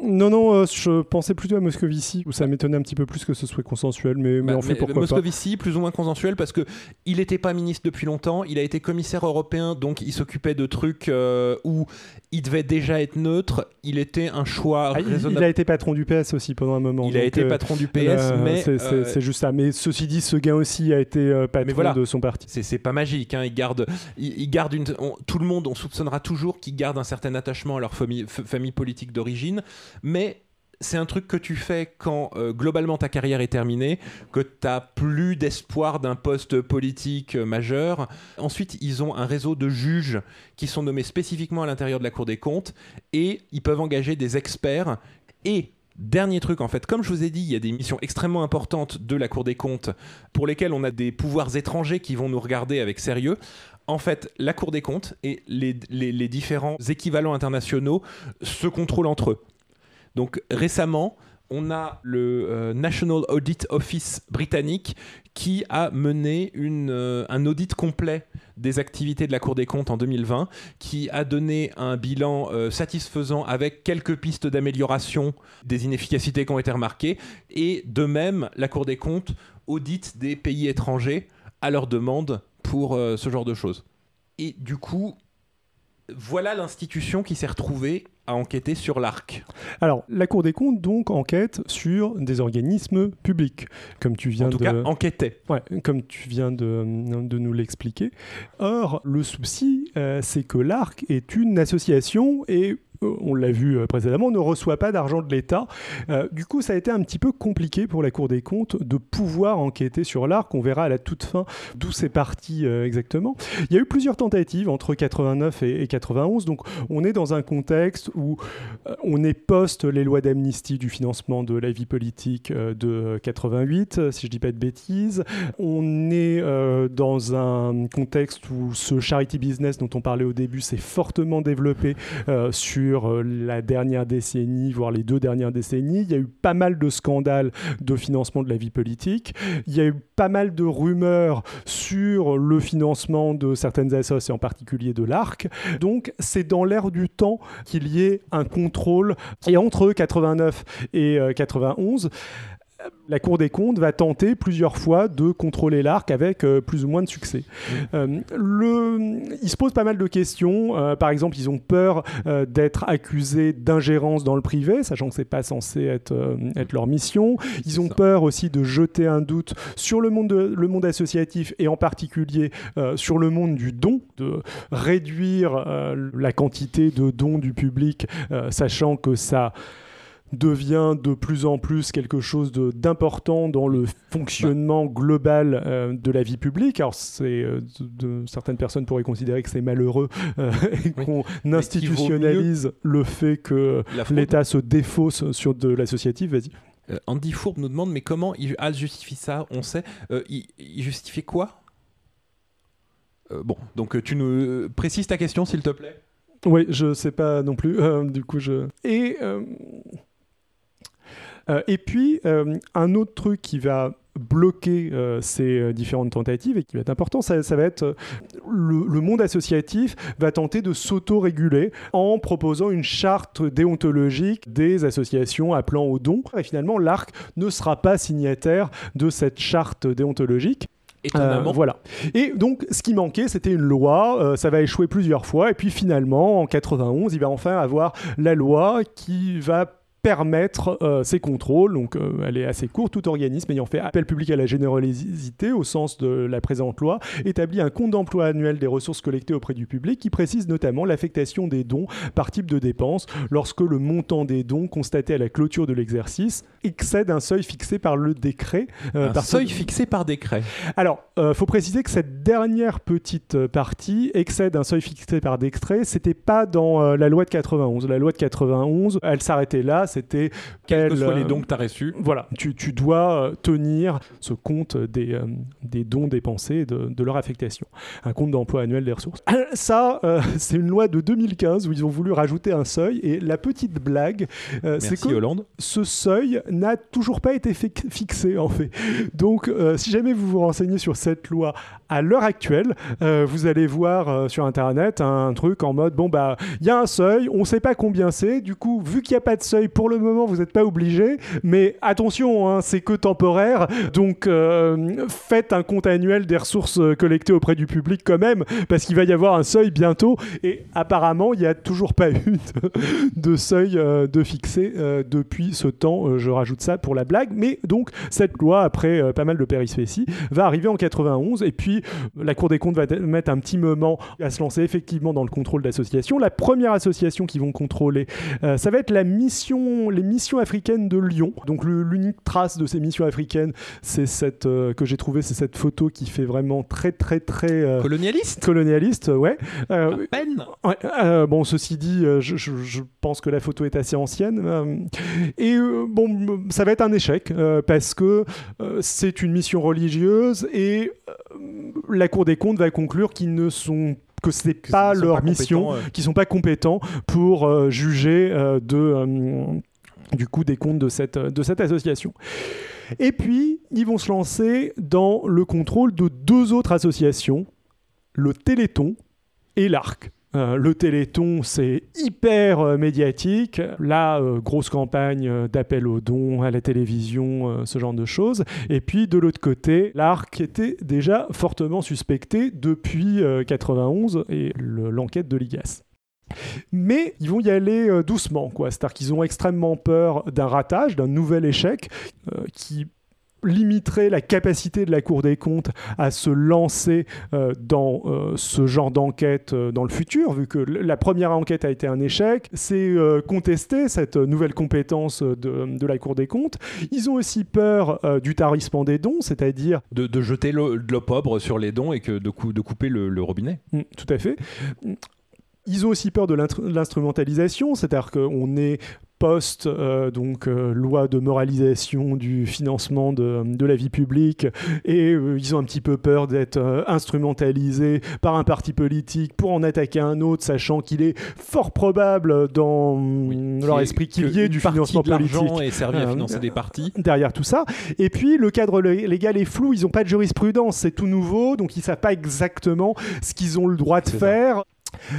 Non, non, euh, je pensais plutôt à Moscovici, où ça m'étonnait un petit peu plus que ce soit consensuel, mais, mais bah, en fait, mais pourquoi Moscovici, plus ou moins consensuel, parce qu'il n'était pas ministre depuis longtemps, il a été commissaire européen, donc il s'occupait de trucs euh, où il devait déjà être neutre, il était un choix ah, raisonnable. Il a été patron du P S aussi pendant un moment. Il a été euh, patron du P S, euh, mais... C'est, c'est, euh, c'est juste ça. Mais ceci dit, ce gars aussi a été euh, patron voilà. de son parti. C'est, c'est pas magique, hein. il garde, il, il garde une, on, tout le monde, on soupçonnera toujours qu'ils gardent un certain attachement à leur famille, f- famille politique d'origine, mais c'est un truc que tu fais quand euh, globalement ta carrière est terminée, que tu n'as plus d'espoir d'un poste politique euh, majeur. Ensuite, ils ont un réseau de juges qui sont nommés spécifiquement à l'intérieur de la Cour des comptes et ils peuvent engager des experts. Et dernier truc, en fait, comme je vous ai dit, il y a des missions extrêmement importantes de la Cour des comptes pour lesquelles on a des pouvoirs étrangers qui vont nous regarder avec sérieux. En fait, la Cour des comptes et les, les, les différents équivalents internationaux se contrôlent entre eux. Donc récemment, on a le euh, National Audit Office britannique qui a mené une, euh, un audit complet des activités de la Cour des comptes en deux mille vingt, qui a donné un bilan euh, satisfaisant avec quelques pistes d'amélioration des inefficacités qui ont été remarquées. Et de même, la Cour des comptes audite des pays étrangers à leur demande pour euh, ce genre de choses. Et du coup, voilà l'institution qui s'est retrouvée à enquêter sur l'Arc. Alors, la Cour des comptes, donc, enquête sur des organismes publics, comme tu viens en tout de... cas, enquêtait. Ouais, comme tu viens de, de nous l'expliquer. Or, le souci, euh, c'est que l'Arc est une association et... on l'a vu précédemment, ne reçoit pas d'argent de l'État. Euh, du coup, ça a été un petit peu compliqué pour la Cour des comptes de pouvoir enquêter sur l'Arc. On verra à la toute fin d'où c'est parti euh, exactement. Il y a eu plusieurs tentatives entre quatre-vingt-neuf et, et quatre-vingt-onze. Donc, on est dans un contexte où euh, on est post les lois d'amnistie du financement de la vie politique euh, de quatre-vingt-huit, si je ne dis pas de bêtises. On est euh, dans un contexte où ce charity business dont on parlait au début s'est fortement développé euh, sur la dernière décennie, voire les deux dernières décennies. Il y a eu pas mal de scandales de financement de la vie politique. Il y a eu pas mal de rumeurs sur le financement de certaines associations, en particulier de l'Arc. Donc, c'est dans l'air du temps qu'il y ait un contrôle. Et entre quatre-vingt-neuf et quatre-vingt-onze, la Cour des comptes va tenter plusieurs fois de contrôler l'Arc avec euh, plus ou moins de succès. Mmh. Euh, le... Ils se posent pas mal de questions. Euh, par exemple, ils ont peur euh, d'être accusés d'ingérence dans le privé, sachant que c'est pas censé être, euh, être leur mission. Ils ont peur aussi de jeter un doute sur le monde, de, le monde associatif et en particulier euh, sur le monde du don, de réduire euh, la quantité de dons du public, euh, sachant que ça devient de plus en plus quelque chose de, d'important dans le fonctionnement global euh, de la vie publique. Alors, c'est, euh, de, de, certaines personnes pourraient considérer que c'est malheureux euh, et oui. qu'on Mais institutionnalise le fait que l'État se défausse sur de l'associatif. Vas-y. Euh, Andy Fourbe nous demande, mais comment il ah, justifie ça? On sait. Euh, il, il justifie quoi? euh, Bon, donc tu nous précises ta question, s'il te plaît. Oui, je sais pas non plus. Euh, du coup, je... Et... Euh... Euh, et puis, euh, un autre truc qui va bloquer euh, ces différentes tentatives et qui va être important, ça, ça va être euh, le, le monde associatif va tenter de s'auto-réguler en proposant une charte déontologique des associations appelant au don. Et finalement, l'Arc ne sera pas signataire de cette charte déontologique. Étonnamment. Euh, voilà. Et donc, ce qui manquait, c'était une loi. Euh, ça va échouer plusieurs fois. Et puis, finalement, en quatre-vingt-onze, il va enfin avoir la loi qui va permettre euh, ces contrôles. Donc, euh, elle est assez courte. Tout organisme ayant fait appel public à la générosité, au sens de la présente loi, établit un compte d'emploi annuel des ressources collectées auprès du public qui précise notamment l'affectation des dons par type de dépenses lorsque le montant des dons constaté à la clôture de l'exercice excède un seuil fixé par le décret. Euh, un par seuil ce... fixé par décret. Alors, il euh, faut préciser que cette dernière petite partie excède un seuil fixé par décret. C'était pas dans euh, la loi de quatre-vingt-onze. La loi de quatre-vingt-onze, elle s'arrêtait là. C'était quels quel, que soient les euh, dons que tu as reçus. Voilà, tu, tu dois euh, tenir ce compte des, euh, des dons dépensés et de, de leur affectation. Un compte d'emploi annuel des ressources. Ça, euh, c'est une loi de deux mille quinze où ils ont voulu rajouter un seuil. Et la petite blague, euh, c'est que Hollande. Ce seuil n'a toujours pas été fi- fixé, en fait. Donc, euh, si jamais vous vous renseignez sur cette loi à l'heure actuelle, euh, vous allez voir euh, sur Internet un truc en mode, bon, bah, il y a un seuil, on ne sait pas combien c'est. Du coup, vu qu'il n'y a pas de seuil pour pour le moment, vous n'êtes pas obligé, mais attention, hein, c'est que temporaire, donc euh, faites un compte annuel des ressources collectées auprès du public quand même, parce qu'il va y avoir un seuil bientôt, et apparemment, il n'y a toujours pas eu de, de seuil euh, de fixé euh, depuis ce temps, euh, je rajoute ça pour la blague, mais donc cette loi, après euh, pas mal de périspéties, va arriver en quatre-vingt-onze, et puis la Cour des comptes va t- mettre un petit moment à se lancer effectivement dans le contrôle d'associations. La première association qu'ils vont contrôler, euh, ça va être la mission, les missions africaines de Lyon. Donc le, l'unique trace de ces missions africaines, c'est cette euh, que j'ai trouvée, c'est cette photo qui fait vraiment très très très euh, colonialiste. Colonialiste, ouais. Euh, à peine. Ouais, euh, bon, ceci dit, euh, je, je, je pense que la photo est assez ancienne. Euh, et euh, bon, ça va être un échec euh, parce que euh, c'est une mission religieuse et euh, la Cour des comptes va conclure qu'ils ne sont que c'est que pas leur mission, euh... qu'ils sont pas compétents pour euh, juger euh, de euh, du coup des comptes de cette de cette association. Et puis ils vont se lancer dans le contrôle de deux autres associations, le Téléthon et l'Arc. Euh, le Téléthon, c'est hyper euh, médiatique. Là, euh, grosse campagne euh, d'appel aux dons à la télévision, euh, ce genre de choses. Et puis, de l'autre côté, l'Arc était déjà fortement suspecté depuis euh, quatre-vingt-onze et le, l'enquête de l'I G A S. Mais ils vont y aller euh, doucement, quoi. C'est-à-dire qu'ils ont extrêmement peur d'un ratage, d'un nouvel échec euh, qui limiterait la capacité de la Cour des comptes à se lancer euh, dans euh, ce genre d'enquête euh, dans le futur, vu que l- la première enquête a été un échec. C'est euh, contester cette nouvelle compétence de, de la Cour des comptes. Ils ont aussi peur euh, du tarissement des dons, c'est-à-dire... De, de jeter le, de l'opprobre sur les dons et que de, cou- de couper le, le robinet. Mmh, tout à fait. Ils ont aussi peur de l'instrumentalisation, c'est-à-dire qu'on est post euh, donc euh, loi de moralisation du financement de, de la vie publique et euh, ils ont un petit peu peur d'être euh, instrumentalisés par un parti politique pour en attaquer un autre, sachant qu'il est fort probable dans oui, leur esprit qu'il y ait du financement de politique est servi à financer euh, des partis derrière tout ça. Et puis le cadre légal est flou, ils n'ont pas de jurisprudence, c'est tout nouveau, donc ils ne savent pas exactement ce qu'ils ont le droit de c'est faire. Ça.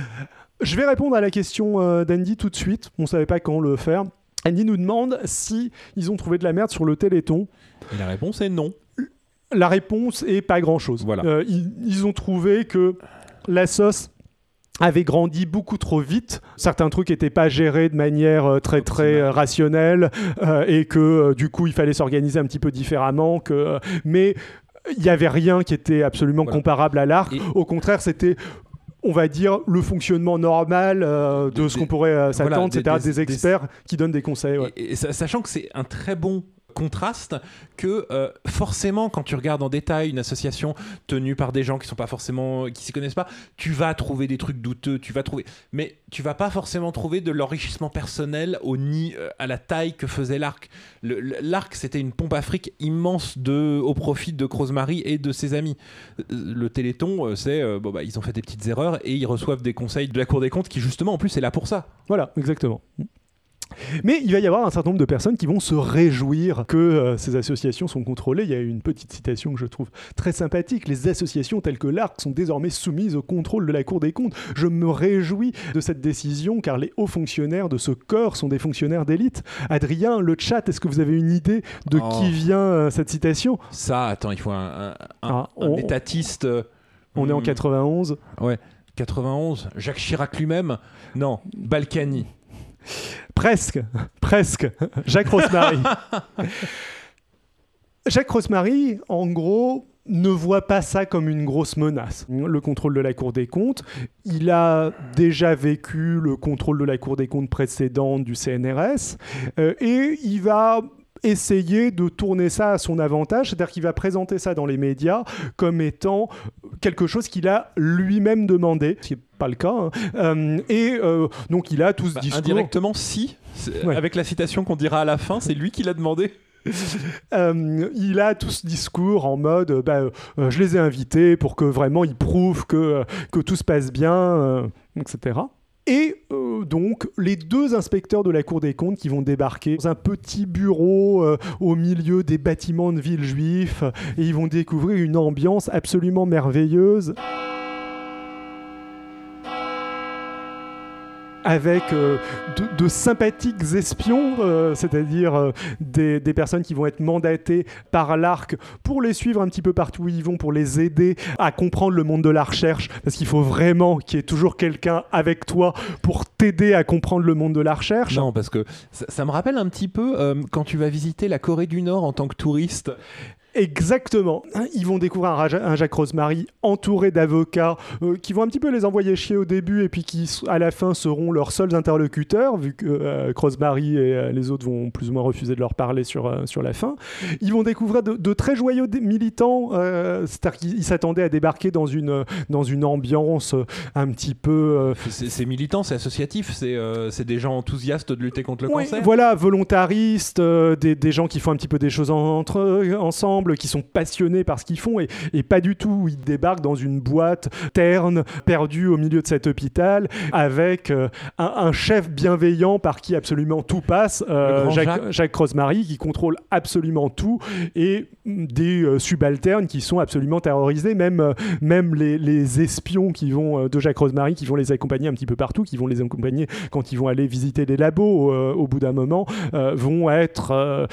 Je vais répondre à la question euh, d'Andy tout de suite. On ne savait pas quand le faire. Andy nous demande si ils ont trouvé de la merde sur le Téléthon. Et la réponse est non. La réponse est pas grand-chose. Voilà. Euh, ils, ils ont trouvé que la sauce avait grandi beaucoup trop vite. Certains trucs n'étaient pas gérés de manière euh, très très euh, rationnelle euh, et que euh, du coup il fallait s'organiser un petit peu différemment. Que, euh, mais il n'y avait rien qui était absolument voilà. comparable à l'Arc. Et... Au contraire, c'était... on va dire, le fonctionnement normal euh, de des, ce qu'on pourrait euh, s'attendre, voilà, c'est-à-dire des, des, des experts des... qui donnent des conseils. Ouais. Et, et, sachant que c'est un très bon contraste que euh, forcément quand tu regardes en détail une association tenue par des gens qui sont pas forcément qui s'y connaissent pas, tu vas trouver des trucs douteux, tu vas trouver, mais tu vas pas forcément trouver de l'enrichissement personnel au ni euh, à la taille que faisait l'Arc. Le, L'Arc, c'était une pompe à fric immense de au profit de Crozemarie et de ses amis. Le Téléthon, euh, c'est euh, bon bah ils ont fait des petites erreurs et ils reçoivent des conseils de la Cour des comptes qui justement en plus est là pour ça. Voilà, exactement. Mais il va y avoir un certain nombre de personnes qui vont se réjouir que euh, ces associations sont contrôlées. Il y a une petite citation que je trouve très sympathique. Les associations telles que l'Arc sont désormais soumises au contrôle de la Cour des comptes. Je me réjouis de cette décision car les hauts fonctionnaires de ce corps sont des fonctionnaires d'élite. Adrien, le chat, est-ce que vous avez une idée de oh. qui vient euh, cette citation ? Ça, attends, il faut un, un, un, ah, on, un étatiste. Euh, on hmm. est en quatre-vingt-onze. Ouais, quatre-vingt-onze. Jacques Chirac lui-même ? Non, Balkany. Presque, presque. Jacques Crozemarie. Jacques Crozemarie, en gros, ne voit pas ça comme une grosse menace. Le contrôle de la Cour des comptes, il a déjà vécu le contrôle de la Cour des comptes précédente du C N R S euh, et il va essayer de tourner ça à son avantage, c'est-à-dire qu'il va présenter ça dans les médias comme étant quelque chose qu'il a lui-même demandé, ce qui n'est pas le cas, hein. euh, et euh, donc il a tout ce bah, discours... Indirectement, si, ouais. Avec la citation qu'on dira à la fin, c'est lui qui l'a demandé. Euh, il a tout ce discours en mode bah, euh, je les ai invités pour que vraiment ils prouvent que, euh, que tout se passe bien, euh, et cetera. Et euh, donc, les deux inspecteurs de la Cour des comptes qui vont débarquer dans un petit bureau euh, au milieu des bâtiments de ville juifs, et ils vont découvrir une ambiance absolument merveilleuse. avec euh, de, de sympathiques espions, euh, c'est-à-dire euh, des, des personnes qui vont être mandatées par l'Arc pour les suivre un petit peu partout où ils vont, pour les aider à comprendre le monde de la recherche, parce qu'il faut vraiment qu'il y ait toujours quelqu'un avec toi pour t'aider à comprendre le monde de la recherche. Non, parce que ça, ça me rappelle un petit peu euh, quand tu vas visiter la Corée du Nord en tant que touriste. Exactement. Ils vont découvrir un, un Jacques Rosemary entouré d'avocats euh, qui vont un petit peu les envoyer chier au début et puis qui, à la fin, seront leurs seuls interlocuteurs, vu que euh, Rosemary et euh, les autres vont plus ou moins refuser de leur parler sur, euh, sur la fin. Ils vont découvrir de, de très joyeux militants, euh, c'est-à-dire qu'ils s'attendaient à débarquer dans une, dans une ambiance un petit peu... Euh... C'est, c'est militants, c'est associatif, c'est, euh, c'est des gens enthousiastes de lutter contre le ouais, cancer. Voilà, volontaristes, euh, des, des gens qui font un petit peu des choses en, entre eux, ensemble, qui sont passionnés par ce qu'ils font et, et pas du tout. Ils débarquent dans une boîte terne, perdue au milieu de cet hôpital, avec euh, un, un chef bienveillant par qui absolument tout passe, euh, Jacques, Jacques. Jacques Rosemary, qui contrôle absolument tout, et des euh, subalternes qui sont absolument terrorisés, même, euh, même les, les espions qui vont, euh, de Jacques Rosemary qui vont les accompagner un petit peu partout, qui vont les accompagner quand ils vont aller visiter les labos euh, au bout d'un moment, euh, vont être euh,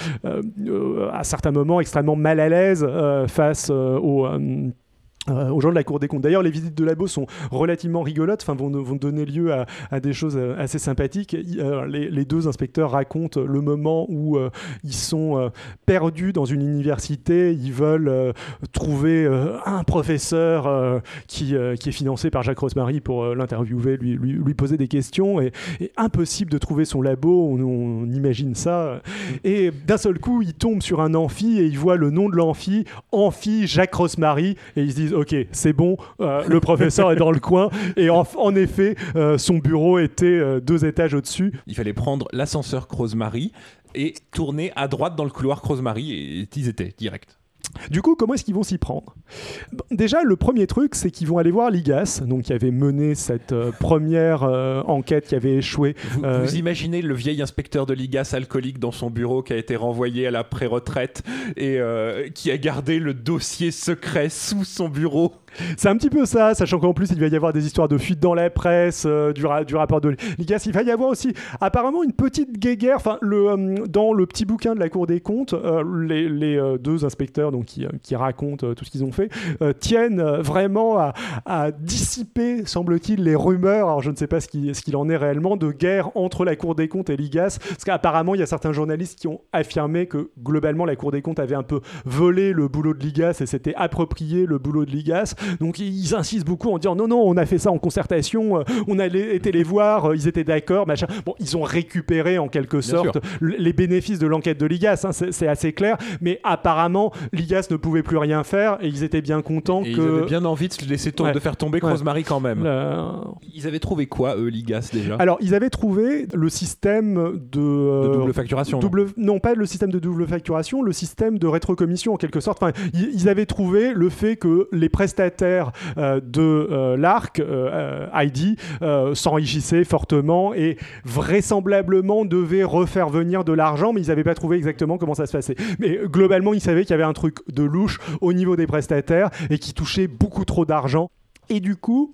euh, à certains moments extrêmement mal à l'aise euh, face euh, aux... Euh, Euh, aux gens de la Cour des comptes. D'ailleurs, les visites de labo sont relativement rigolotes, enfin, vont, vont donner lieu à, à des choses euh, assez sympathiques. Euh, les, les deux inspecteurs racontent le moment où euh, ils sont euh, perdus dans une université, ils veulent euh, trouver euh, un professeur euh, qui, euh, qui est financé par Jacques Rosemary pour euh, l'interviewer, lui, lui, lui poser des questions, et, et impossible de trouver son labo, on, on imagine ça. Et d'un seul coup, ils tombent sur un amphi et ils voient le nom de l'amphi, Amphi Jacques Rosemary, et ils se disent ok, c'est bon, euh, le professeur est dans le coin. Et en, en effet, euh, son bureau était euh, deux étages au-dessus. Il fallait prendre l'ascenseur Rosemary et tourner à droite dans le couloir Rosemary, et ils étaient direct. Du coup, comment est-ce qu'ils vont s'y prendre ? Bon, déjà, le premier truc, c'est qu'ils vont aller voir l'I G A S, donc qui avait mené cette euh, première euh, enquête qui avait échoué. Vous, euh, vous imaginez le vieil inspecteur de l'I G A S alcoolique dans son bureau qui a été renvoyé à la pré-retraite et euh, qui a gardé le dossier secret sous son bureau. C'est un petit peu ça, sachant qu'en plus il va y avoir des histoires de fuite dans la presse, euh, du, ra- du rapport de l'I G A S. Il va y avoir aussi apparemment une petite guéguerre. Enfin, le, euh, dans le petit bouquin de la Cour des comptes, euh, les, les euh, deux inspecteurs donc, qui, euh, qui racontent euh, tout ce qu'ils ont fait euh, tiennent euh, vraiment à, à dissiper, semble-t-il, les rumeurs. Alors je ne sais pas ce, qui, ce qu'il en est réellement, de guerre entre la Cour des comptes et l'I G A S. Parce qu'apparemment il y a certains journalistes qui ont affirmé que globalement la Cour des comptes avait un peu volé le boulot de l'I G A S et s'était approprié le boulot de l'I G A S. Donc ils insistent beaucoup en disant non, non, on a fait ça en concertation, euh, on a les, été les voir, euh, ils étaient d'accord, machin. Bon, ils ont récupéré en quelque Bien sorte l- les bénéfices de l'enquête de l'I G A S, hein, c'est, c'est assez clair, mais apparemment l'I G A S ne pouvait plus rien faire et ils étaient bien contents et que... Ils avaient bien envie de, laisser to- ouais. de faire tomber ouais. Rosemary quand même. Le... Ils avaient trouvé quoi, eux, l'I G A S déjà ? Alors, ils avaient trouvé le système de... Euh, de double facturation. Double, non, pas le système de double facturation, le système de rétrocommission en quelque sorte. Enfin, ils, ils avaient trouvé le fait que les prestataires euh, de euh, l'Arc, euh, I D, euh, s'enrichissaient fortement et vraisemblablement devaient refaire venir de l'argent, mais ils n'avaient pas trouvé exactement comment ça se passait. Mais globalement, ils savaient qu'il y avait un truc de louche au niveau des prestataires et qui touchait beaucoup trop d'argent. Et du coup...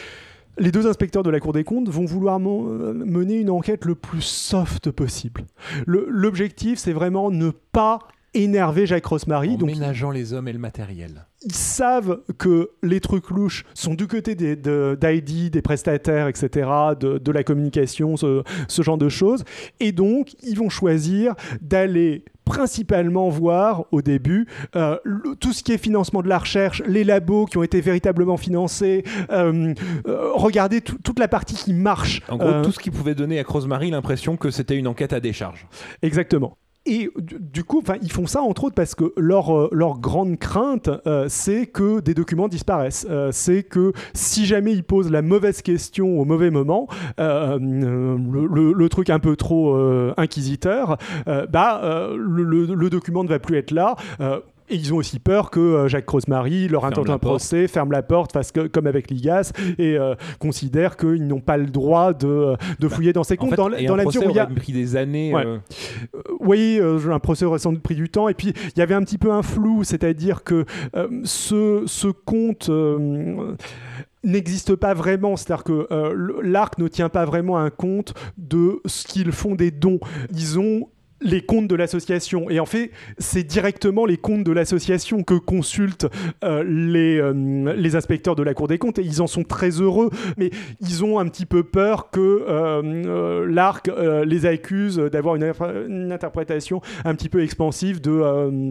les deux inspecteurs de la Cour des comptes vont vouloir mener une enquête le plus soft possible. Le, l'objectif, c'est vraiment ne pas énerver Jacques Rosemary. En donc ménageant les hommes et le matériel. Ils savent que les trucs louches sont du côté des, de, d'I D, des prestataires, et cetera, de, de la communication, ce, ce genre de choses. Et donc, ils vont choisir d'aller principalement voir au début euh, le, tout ce qui est financement de la recherche, les labos qui ont été véritablement financés, euh, euh, regarder t- toute la partie qui marche. En gros, euh, tout ce qui pouvait donner à Rosemary l'impression que c'était une enquête à décharge. Exactement. Et du, du coup, ils font ça entre autres parce que leur, euh, leur grande crainte, euh, c'est que des documents disparaissent. Euh, c'est que si jamais ils posent la mauvaise question au mauvais moment, euh, le, le, le truc un peu trop euh, inquisiteur, euh, bah, euh, le, le, le document ne va plus être là. Euh, Et ils ont aussi peur que euh, Jacques Rosemary leur intente un procès, ferme la porte, fasse que, comme avec l'I G A S, et euh, considère qu'ils n'ont pas le droit de, de fouiller dans ses comptes. En fait, dans, et dans un la procès mesure où il y a pris des années. Ouais. Euh... Euh, oui, euh, un procès aurait sans doute pris du temps. Et puis il y avait un petit peu un flou, c'est-à-dire que euh, ce, ce compte. Euh, n'existe pas vraiment, c'est-à-dire que euh, l'Arc ne tient pas vraiment un compte de ce qu'ils font des dons. Ils ont les comptes de l'association. Et en fait, c'est directement les comptes de l'association que consultent euh, les, euh, les inspecteurs de la Cour des comptes, et ils en sont très heureux, mais ils ont un petit peu peur que euh, euh, l'Arc euh, les accuse d'avoir une, une interprétation un petit peu expansive de... Euh,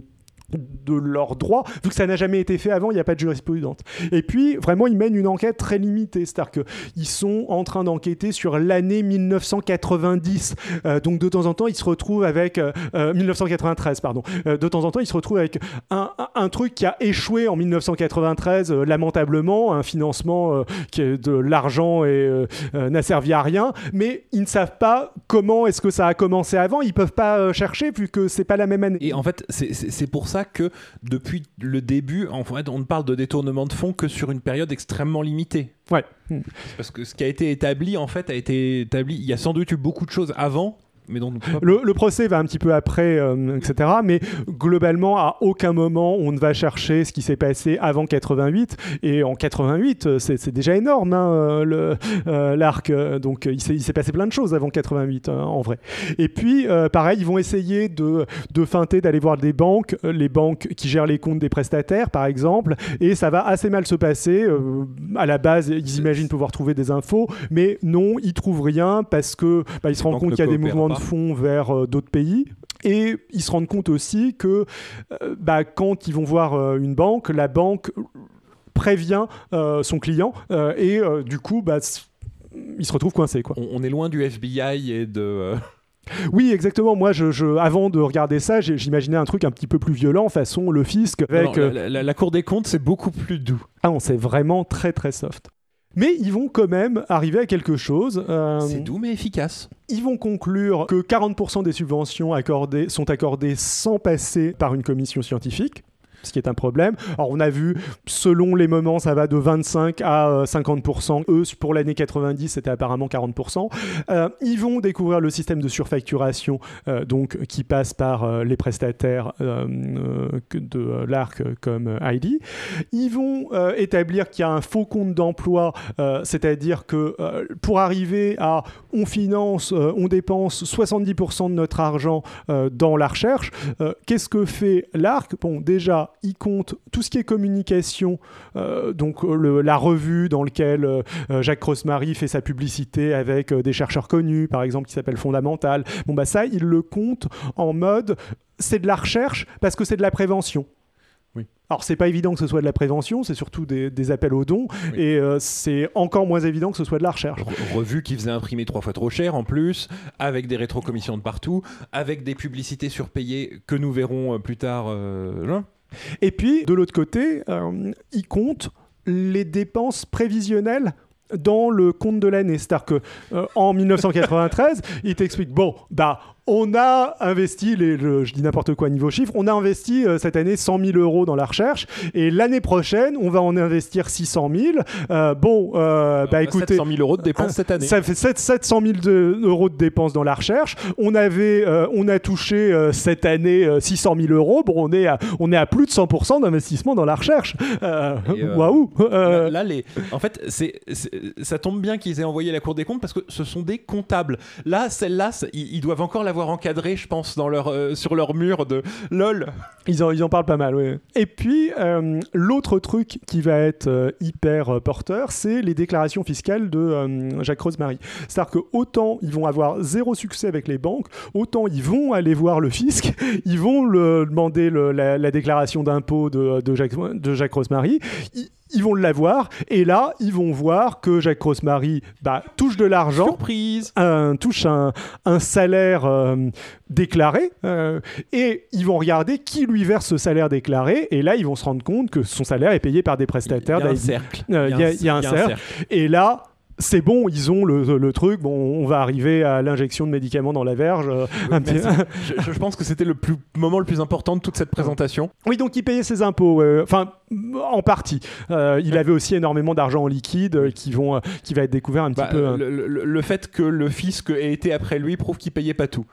de leurs droits, vu que ça n'a jamais été fait avant, il n'y a pas de jurisprudence. Et puis, vraiment, ils mènent une enquête très limitée, c'est-à-dire qu'ils sont en train d'enquêter sur l'année mille neuf cent quatre-vingt-dix. Euh, donc, de temps en temps, ils se retrouvent avec... Euh, euh, mille neuf cent quatre-vingt-treize, pardon. Euh, de temps en temps, ils se retrouvent avec un, un, un truc qui a échoué en mille neuf cent quatre-vingt-treize, euh, lamentablement, un financement euh, qui est de l'argent et euh, euh, n'a servi à rien, mais ils ne savent pas comment est-ce que ça a commencé avant, ils ne peuvent pas euh, chercher, vu que ce n'est pas la même année. Et en fait, c'est, c'est, c'est pour ça que depuis le début, en fait, on ne parle de détournement de fonds que sur une période extrêmement limitée. Ouais. Parce que ce qui a été établi, en fait, a été établi. Il y a sans doute eu beaucoup de choses avant. Mais donc, le, le procès va un petit peu après, euh, et cetera. Mais globalement, à aucun moment, on ne va chercher ce qui s'est passé avant quatre-vingt-huit. Et en quatre-vingt-huit, c'est, c'est déjà énorme, hein, le, euh, l'Arc. Donc, il s'est, il s'est passé plein de choses avant quatre-vingt-huit, hein, en vrai. Et puis, euh, pareil, ils vont essayer de, de feinter, d'aller voir des banques, les banques qui gèrent les comptes des prestataires, par exemple. Et ça va assez mal se passer. Euh, à la base, ils imaginent pouvoir trouver des infos. Mais non, ils trouvent rien parce que bah, ils se rendent compte qu'il y a des mouvements de fonds vers euh, d'autres pays, et ils se rendent compte aussi que euh, bah, quand ils vont voir euh, une banque, la banque prévient euh, son client euh, et euh, du coup bah, ils se retrouvent coincés, quoi. On, on est loin du F B I et de... Euh... Oui, exactement. Moi, je, je, avant de regarder ça, j'imaginais un truc un petit peu plus violent, façon le fisc. Avec, non, non, la, la, la Cour des comptes, c'est beaucoup plus doux. Ah non, c'est vraiment très très soft. Mais ils vont quand même arriver à quelque chose. Euh, c'est doux mais efficace. Ils vont conclure que quarante pour cent des subventions accordées sont accordées sans passer par une commission scientifique, ce qui est un problème. Alors on a vu, selon les moments, ça va de vingt-cinq à cinquante pour cent. Eux, pour l'année quatre-vingt-dix, c'était apparemment quarante pour cent. Euh, ils vont découvrir le système de surfacturation, euh, donc, qui passe par euh, les prestataires euh, euh, de euh, l'Arc comme euh, I D. Ils vont euh, établir qu'il y a un faux compte d'emploi, euh, c'est-à-dire que euh, pour arriver à on finance, euh, on dépense soixante-dix pour cent de notre argent euh, dans la recherche, euh, qu'est-ce que fait l'Arc ? Bon, déjà, il compte tout ce qui est communication, euh, donc le, la revue dans laquelle euh, Jacques Crossmarie fait sa publicité avec euh, des chercheurs connus, par exemple, qui s'appelle Fondamental. Bon, bah ça, il le compte en mode, c'est de la recherche parce que c'est de la prévention. Oui. Alors, c'est pas évident que ce soit de la prévention, c'est surtout des, des appels aux dons, oui. Et euh, c'est encore moins évident que ce soit de la recherche. Re- revue qui faisait imprimer trois fois trop cher en plus, avec des rétrocommissions de partout, avec des publicités surpayées que nous verrons euh, plus tard. Euh, Et puis, de l'autre côté, euh, il compte les dépenses prévisionnelles dans le compte de l'année. C'est-à-dire qu'en euh, dix-neuf cent quatre-vingt-treize, il t'explique, bon, bah, on a investi, les, le, je dis n'importe quoi niveau chiffre, on a investi euh, cette année cent mille euros dans la recherche, et l'année prochaine, on va en investir six cent mille. Euh, bon, euh, bah écoutez... sept cent mille euros de dépenses cette année. Ça fait sept cent mille de, euros de dépenses dans la recherche. On, avait, euh, on a touché euh, cette année euh, six cent mille euros. Bon, on est, à, on est à plus de cent pour cent d'investissement dans la recherche. Euh, euh, Waouh euh, là, là, les... En fait, c'est, c'est, ça tombe bien qu'ils aient envoyé la Cour des comptes parce que ce sont des comptables. Là, celle-là, ils, ils doivent encore l'avoir encadré, je pense, dans leur, euh, sur leur mur de LOL. Ils en, ils en parlent pas mal, oui. Et puis, euh, l'autre truc qui va être euh, hyper euh, porteur, c'est les déclarations fiscales de euh, Jacques Crossmarie. C'est-à-dire que autant ils vont avoir zéro succès avec les banques, autant ils vont aller voir le fisc, ils vont le, demander le, la, la déclaration d'impôt de, de, Jacques, de Jacques Crossmarie. Ils, Ils vont l'avoir, et là, ils vont voir que Jacques Crossmarie bah, touche de l'argent, surprise, un, touche un, un salaire euh, déclaré, euh, et ils vont regarder qui lui verse ce salaire déclaré, et là, ils vont se rendre compte que son salaire est payé par des prestataires. Il y a un cercle. Euh, il y a, il y a un, il y a un cercle. cercle. Et là... c'est bon, ils ont le, le truc. Bon, on va arriver à l'injection de médicaments dans la verge. Euh, oui, petit... je, je pense que c'était le plus, moment le plus important de toute cette présentation. Oui, donc il payait ses impôts. Euh, enfin, en partie. Euh, il avait aussi énormément d'argent en liquide euh, qui, vont, euh, qui va être découvert un bah, petit peu. Le, le, le fait que le fisc ait été après lui prouve qu'il payait pas tout. Hum.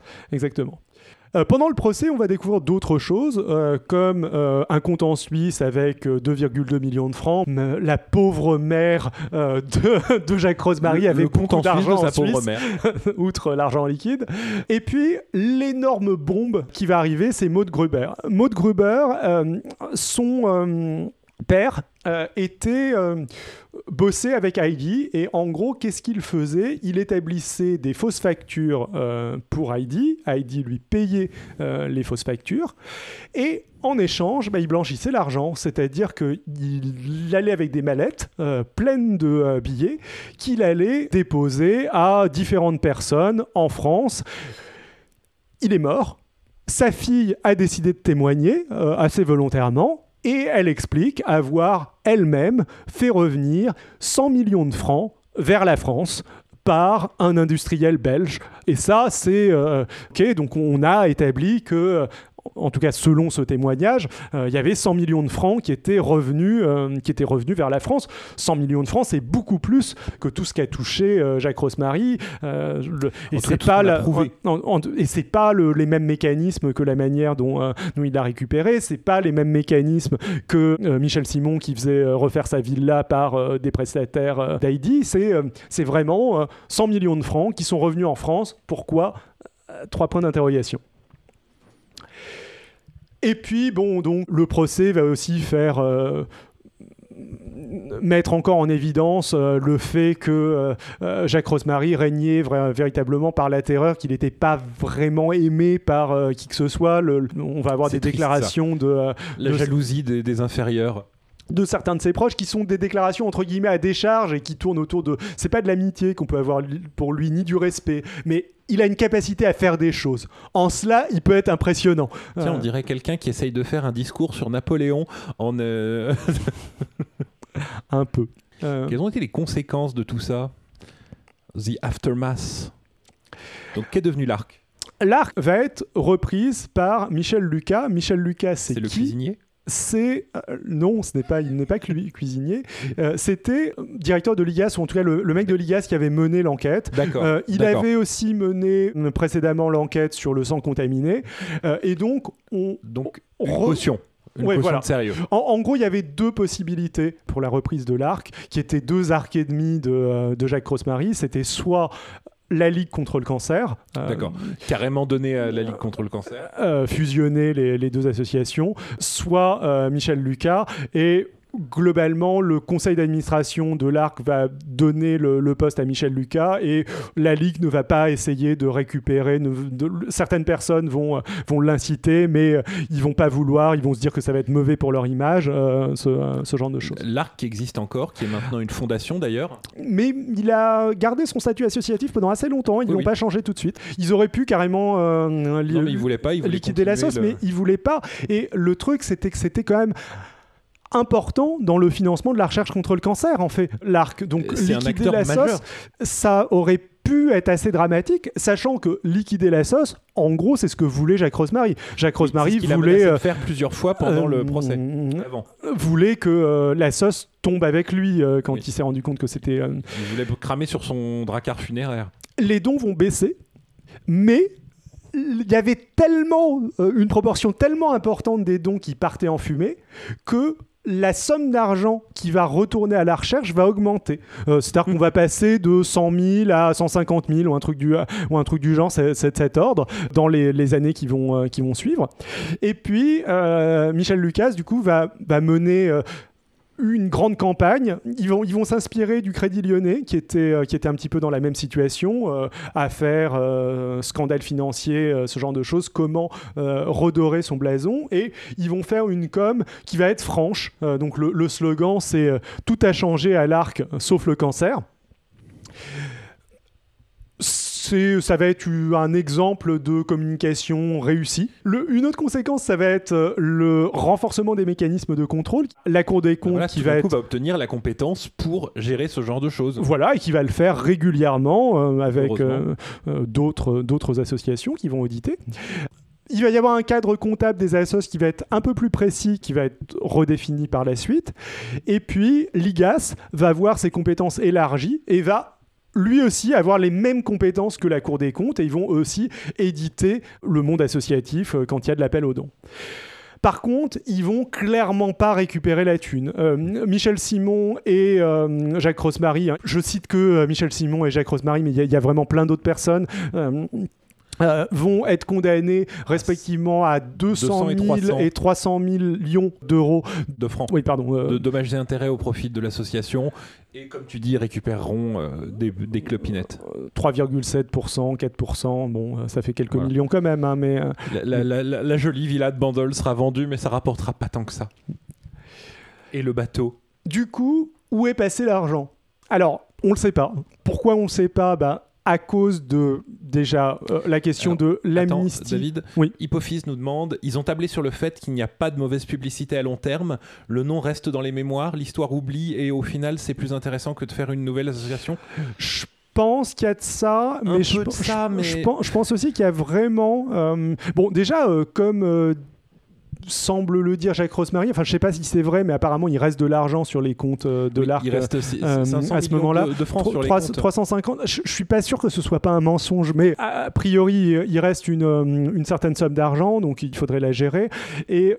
Exactement. Euh, pendant le procès, on va découvrir d'autres choses, euh, comme euh, un compte en Suisse avec euh, deux virgule deux millions de francs. Euh, la pauvre mère euh, de, de Jacques Rosemary avait beaucoup d'argent en Suisse, mère. outre l'argent liquide. Et puis, l'énorme bombe qui va arriver, c'est Maud Gruber. Maud Gruber, euh, son euh, père euh, était... Euh, bossait avec Heidi et en gros qu'est-ce qu'il faisait? Il établissait des fausses factures euh, pour Heidi. Heidi lui payait euh, les fausses factures et en échange bah, il blanchissait l'argent, c'est-à-dire qu'il allait avec des mallettes euh, pleines de euh, billets qu'il allait déposer à différentes personnes en France. Il est mort, sa fille a décidé de témoigner euh, assez volontairement. Et elle explique avoir elle-même fait revenir cent millions de francs vers la France par un industriel belge. Et ça, c'est... Euh, ok, donc on a établi que... En tout cas, selon ce témoignage, euh, il y avait cent millions de francs qui étaient revenus, euh, qui étaient revenus vers la France. cent millions de francs, c'est beaucoup plus que tout ce qu'a touché euh, Jacques Rosemary. Euh, le, et, c'est pas la, en, en, et c'est pas le, les mêmes mécanismes que la manière dont, euh, dont il a récupéré. C'est pas les mêmes mécanismes que euh, Michel Simon qui faisait euh, refaire sa villa par euh, des prestataires euh, d'Heidi. C'est, euh, c'est vraiment euh, cent millions de francs qui sont revenus en France. Pourquoi ? euh, Trois points d'interrogation. Et puis, bon, donc, le procès va aussi faire euh, mettre encore en évidence euh, le fait que euh, Jacques Rosemary régnait vra- véritablement par la terreur, qu'il n'était pas vraiment aimé par euh, qui que ce soit. Le, le, on va avoir C'est des triste, déclarations ça. de... Euh, la de jalousie des, des inférieurs. De certains de ses proches qui sont des déclarations entre guillemets à décharge et qui tournent autour de... C'est pas de l'amitié qu'on peut avoir pour lui, ni du respect, mais il a une capacité à faire des choses. En cela, il peut être impressionnant. Tiens, euh... on dirait quelqu'un qui essaye de faire un discours sur Napoléon en... Euh... un peu. Euh... Quelles ont été les conséquences de tout ça? The aftermath. Donc, qu'est devenu l'Arc? L'Arc va être reprise par Michel Lucas. Michel Lucas, c'est, c'est le qui? cuisinier? C'est euh, non, ce n'est pas, il n'est pas cu- cuisinier. Euh, c'était directeur de l'I G A S, ou en tout cas le, le mec de l'I G A S qui avait mené l'enquête. D'accord. Euh, il D'accord. avait aussi mené euh, précédemment l'enquête sur le sang contaminé. Euh, et donc on donc on une re- caution. Une ouais, caution voilà. de sérieux. En, en gros, il y avait deux possibilités pour la reprise de l'Arc, qui étaient deux arcs et demi de, euh, de Jacques Rosemary. C'était soit la Ligue contre le cancer. Euh, D'accord. Carrément donné à la Ligue contre le cancer. Euh, fusionner les, les deux associations, soit euh, Michel Lucas. Et globalement, le conseil d'administration de l'Arc va donner le, le poste à Michel Lucas et la Ligue ne va pas essayer de récupérer. Ne, de, certaines personnes vont, vont l'inciter, mais ils vont pas vouloir. Ils vont se dire que ça va être mauvais pour leur image, euh, ce, ce genre de choses. L'Arc qui existe encore, qui est maintenant une fondation d'ailleurs. Mais il a gardé son statut associatif pendant assez longtemps. Ils oui, l'ont oui. pas changé tout de suite. Ils auraient pu carrément euh, li- non, mais ils voulaient pas. Ils voulaient liquider la sauce, le... mais ils voulaient pas. Et le truc, c'était que c'était quand même important dans le financement de la recherche contre le cancer, en fait, l'Arc. Donc, c'est liquider la majeur. sauce, ça aurait pu être assez dramatique, sachant que liquider la sauce, en gros, c'est ce que voulait Jacques Rosemary. Jacques Rosemary il voulait a menacé de faire plusieurs fois pendant euh, le procès. Avant. Voulait que euh, la sauce tombe avec lui euh, quand oui. il s'est rendu compte que c'était... Euh... Il voulait cramer sur son dracard funéraire. Les dons vont baisser, mais il y avait tellement euh, une proportion tellement importante des dons qui partaient en fumée que la somme d'argent qui va retourner à la recherche va augmenter. Euh, c'est-à-dire qu'on va passer de cent mille à cent cinquante mille ou un truc du, ou un truc du genre, c'est, c'est de cet ordre, dans les, les années qui vont, euh, qui vont suivre. Et puis, euh, Michel Lucas, du coup, va, va mener... Euh, une grande campagne. Ils vont, ils vont s'inspirer du Crédit Lyonnais, qui était, euh, qui était un petit peu dans la même situation, euh, affaire, euh, scandale financier, euh, ce genre de choses, comment euh, redorer son blason. Et ils vont faire une com qui va être franche. Euh, donc le, le slogan, c'est euh, « Tout a changé à l'Arc, sauf le cancer ». C'est, ça va être un exemple de communication réussie. Le, une autre conséquence, ça va être le renforcement des mécanismes de contrôle. La Cour des comptes voilà, qui tout va, d'un être... coup, va obtenir la compétence pour gérer ce genre de choses. Voilà, et qui va le faire régulièrement euh, avec euh, euh, d'autres, d'autres associations qui vont auditer. Il va y avoir un cadre comptable des assos qui va être un peu plus précis, qui va être redéfini par la suite. Et puis, l'I G A S va avoir ses compétences élargies et va lui aussi avoir les mêmes compétences que la Cour des comptes et ils vont aussi éditer le monde associatif euh, quand il y a de l'appel aux dons. Par contre, ils vont clairement pas récupérer la thune. Euh, Michel Simon et euh, Jacques Rosmarie, hein, je cite que euh, Michel Simon et Jacques Rosmarie, mais il y, y a vraiment plein d'autres personnes. Euh, Euh, vont être condamnés respectivement à deux cent mille et trois cents millions d'euros de francs. Oui, pardon. Euh... De dommages et intérêts au profit de l'association. Et comme tu dis, récupéreront euh, des, des clopinettes. trois virgule sept pour cent, quatre pour cent, bon, ça fait quelques voilà. millions quand même. Hein, mais, euh... la, la, la, la jolie villa de Bandol sera vendue, mais ça rapportera pas tant que ça. Et le bateau. Du coup, où est passé l'argent ? Alors, on le sait pas. Pourquoi on le sait pas ? Bah, à cause de, déjà, euh, la question Alors, de l'amnistie. Attends, David, oui. Hippofis nous demande, ils ont tablé sur le fait qu'il n'y a pas de mauvaise publicité à long terme, le nom reste dans les mémoires, l'histoire oublie, et au final, c'est plus intéressant que de faire une nouvelle association. Je pense qu'il y a de ça, Un mais, je, peu de ça, je, mais... Je, pense, je pense aussi qu'il y a vraiment... Euh, bon, déjà, euh, comme... Euh, semble le dire Jacques Rosmarie, enfin je sais pas si c'est vrai, mais apparemment il reste de l'argent sur les comptes euh, de oui, l'Arc il reste aussi, euh, à ce moment-là. De, de francs sur les trois, comptes. trois cent cinquante, je, je suis pas sûr que ce soit pas un mensonge, mais a priori il reste une, une certaine somme d'argent, donc il faudrait la gérer, et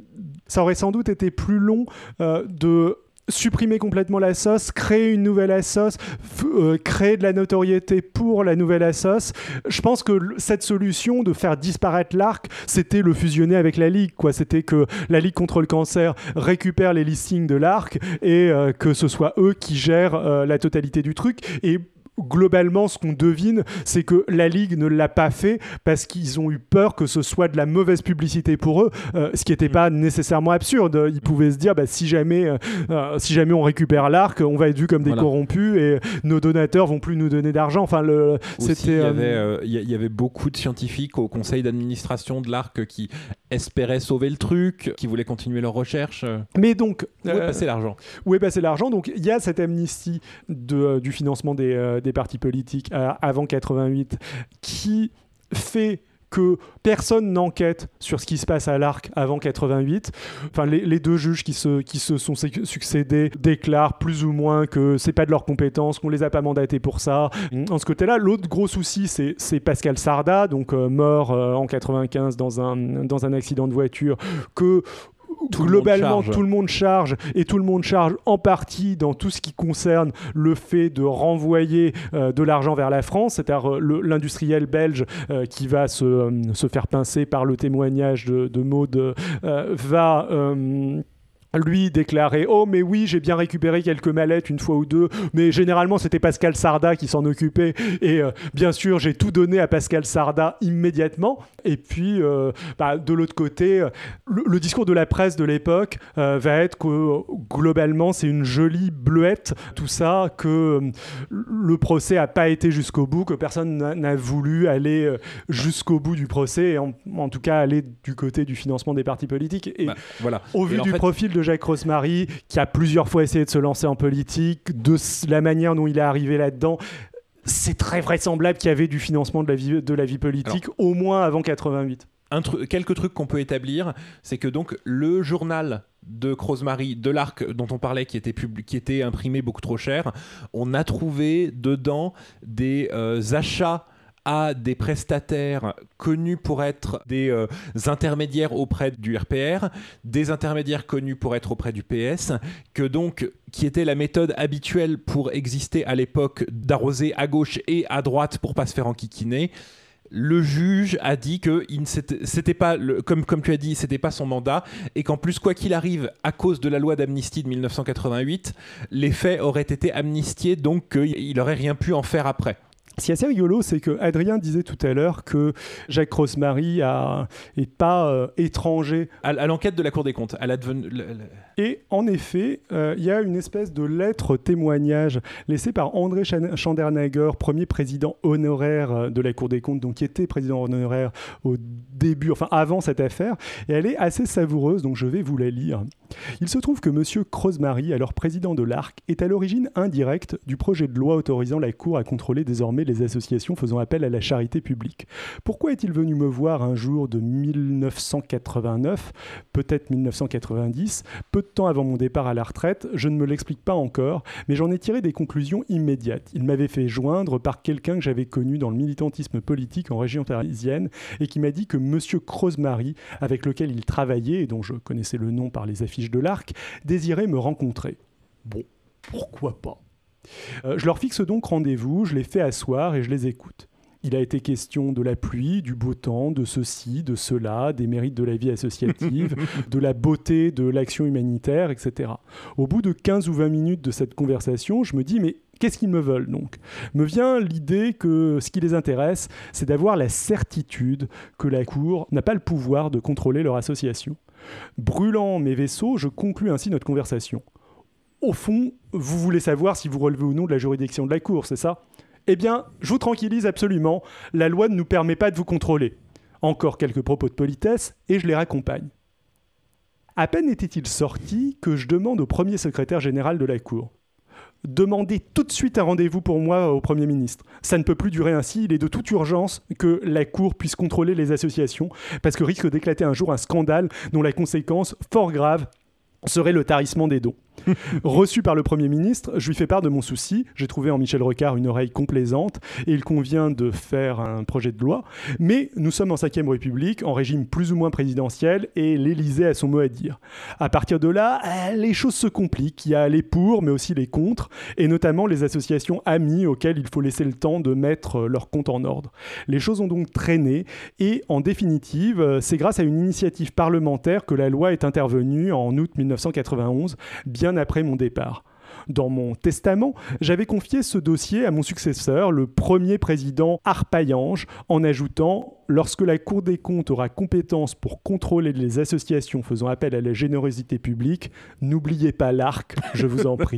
ça aurait sans doute été plus long euh, de supprimer complètement la sauce, créer une nouvelle assoce, f- euh, créer de la notoriété pour la nouvelle assoce. Je pense que l- cette solution de faire disparaître l'Arc, c'était le fusionner avec la Ligue, quoi. C'était que la Ligue contre le cancer récupère les listings de l'Arc et euh, que ce soit eux qui gèrent euh, la totalité du truc. Et globalement, ce qu'on devine, c'est que la Ligue ne l'a pas fait parce qu'ils ont eu peur que ce soit de la mauvaise publicité pour eux, euh, ce qui n'était pas nécessairement absurde. Ils pouvaient se dire, bah, si, jamais, euh, si jamais on récupère l'Arc, on va être vu comme des voilà. corrompus et nos donateurs vont plus nous donner d'argent. Enfin, le, Aussi, c'était, il y avait, euh, il y avait beaucoup de scientifiques au conseil d'administration de l'Arc qui espéraient sauver le truc, qui voulaient continuer leurs recherches. Mais donc... Où est euh, passé l'argent ? Où est passé l'argent ? Donc, il y a cette amnistie de, euh, du financement des... Euh, des partis politiques euh, avant quatre-vingt-huit qui fait que personne n'enquête sur ce qui se passe à l'Arc avant quatre-vingt-huit. Enfin, les, les deux juges qui se, qui se sont succédés déclarent plus ou moins que c'est pas de leur compétence, qu'on les a pas mandatés pour ça. En ce côté-là, l'autre gros souci, c'est, c'est Pascal Sarda, donc euh, mort euh, en quatre-vingt-quinze dans un, dans un accident de voiture, que Tout globalement, le tout le monde charge et tout le monde charge en partie dans tout ce qui concerne le fait de renvoyer euh, de l'argent vers la France, c'est-à-dire euh, le, l'industriel belge euh, qui va se, euh, se faire pincer par le témoignage de, de Maud euh, va... Euh, lui déclarer « Oh, mais oui, j'ai bien récupéré quelques mallettes une fois ou deux, mais généralement, c'était Pascal Sarda qui s'en occupait. Et euh, bien sûr, j'ai tout donné à Pascal Sarda immédiatement. » Et puis, euh, bah, de l'autre côté, le, le discours de la presse de l'époque euh, va être que, euh, globalement, c'est une jolie bleuette, tout ça, que euh, le procès n'a pas été jusqu'au bout, que personne n'a, n'a voulu aller euh, jusqu'au bout du procès, et en, en tout cas aller du côté du financement des partis politiques. Et bah, voilà. au vu et du fait... profil de Jacques Rosmarie, qui a plusieurs fois essayé de se lancer en politique, de la manière dont il est arrivé là-dedans, c'est très vraisemblable qu'il y avait du financement de la vie, de la vie politique, alors, au moins avant quatre-vingt-huit. Un tru- quelques trucs qu'on peut établir, c'est que donc le journal de Rosmarie, de l'Arc dont on parlait, qui était, pub- qui était imprimé beaucoup trop cher, on a trouvé dedans des euh, achats à des prestataires connus pour être des euh, intermédiaires auprès du R P R, des intermédiaires connus pour être auprès du P S, que donc, qui était la méthode habituelle pour exister à l'époque, d'arroser à gauche et à droite pour pas se faire enquiquiner. Le juge a dit que il ne c'était, c'était pas le, comme, comme tu as dit, c'était pas son mandat, et qu'en plus, quoi qu'il arrive, à cause de la loi d'amnistie de dix-neuf cent quatre-vingt-huit, les faits auraient été amnistiés, donc qu'il n'aurait rien pu en faire après. Ce qui est assez rigolo, c'est que Adrien disait tout à l'heure que Jacques Rosmarie n'est pas euh, étranger à, à l'enquête de la Cour des comptes. À la devenu... Et en effet, il euh, y a une espèce de lettre témoignage laissée par André Chandernagor, premier président honoraire de la Cour des comptes, donc qui était président honoraire au début, enfin avant cette affaire, et elle est assez savoureuse, donc je vais vous la lire. Il se trouve que M. Crozmary, alors président de l'A R C, est à l'origine indirecte du projet de loi autorisant la Cour à contrôler désormais les associations faisant appel à la charité publique. Pourquoi est-il venu me voir un jour de mille neuf cent quatre-vingt-neuf, peut-être mille neuf cent quatre-vingt-dix, peu de temps avant mon départ à la retraite? Je ne me l'explique pas encore, mais j'en ai tiré des conclusions immédiates. Il m'avait fait joindre par quelqu'un que j'avais connu dans le militantisme politique en région parisienne et qui m'a dit que M. Crozmary, avec lequel il travaillait et dont je connaissais le nom par les affiches de l'A R C, désirait me rencontrer. Bon, pourquoi pas ? euh, Je leur fixe donc rendez-vous, je les fais asseoir et je les écoute. Il a été question de la pluie, du beau temps, de ceci, de cela, des mérites de la vie associative, de la beauté de l'action humanitaire, et cetera. Au bout de quinze ou vingt minutes de cette conversation, je me dis, mais qu'est-ce qu'ils me veulent donc ? Me vient l'idée que ce qui les intéresse, c'est d'avoir la certitude que la Cour n'a pas le pouvoir de contrôler leur association. Brûlant mes vaisseaux, je conclus ainsi notre conversation. Au fond, vous voulez savoir si vous relevez ou non de la juridiction de la Cour, c'est ça ? Eh bien, je vous tranquillise absolument, la loi ne nous permet pas de vous contrôler. Encore quelques propos de politesse, et je les raccompagne. À peine était-il sorti que je demande au premier secrétaire général de la Cour. Demandez tout de suite un rendez-vous pour moi au Premier ministre. Ça ne peut plus durer ainsi, il est de toute urgence que la Cour puisse contrôler les associations, parce que risque d'éclater un jour un scandale dont la conséquence, fort grave, serait le tarissement des dons. Reçu par le Premier ministre, je lui fais part de mon souci. J'ai trouvé en Michel Rocard une oreille complaisante et il convient de faire un projet de loi. Mais nous sommes en cinquième République, en régime plus ou moins présidentiel et l'Élysée a son mot à dire. À partir de là, les choses se compliquent. Il y a les pour, mais aussi les contre, et notamment les associations amies auxquelles il faut laisser le temps de mettre leur compte en ordre. Les choses ont donc traîné et en définitive, c'est grâce à une initiative parlementaire que la loi est intervenue en août mille neuf cent quatre-vingt-onze, bien après mon départ. Dans mon testament, j'avais confié ce dossier à mon successeur, le premier président Arpaillange, en ajoutant « Lorsque la Cour des comptes aura compétence pour contrôler les associations faisant appel à la générosité publique, n'oubliez pas l'A R C, je vous en prie. »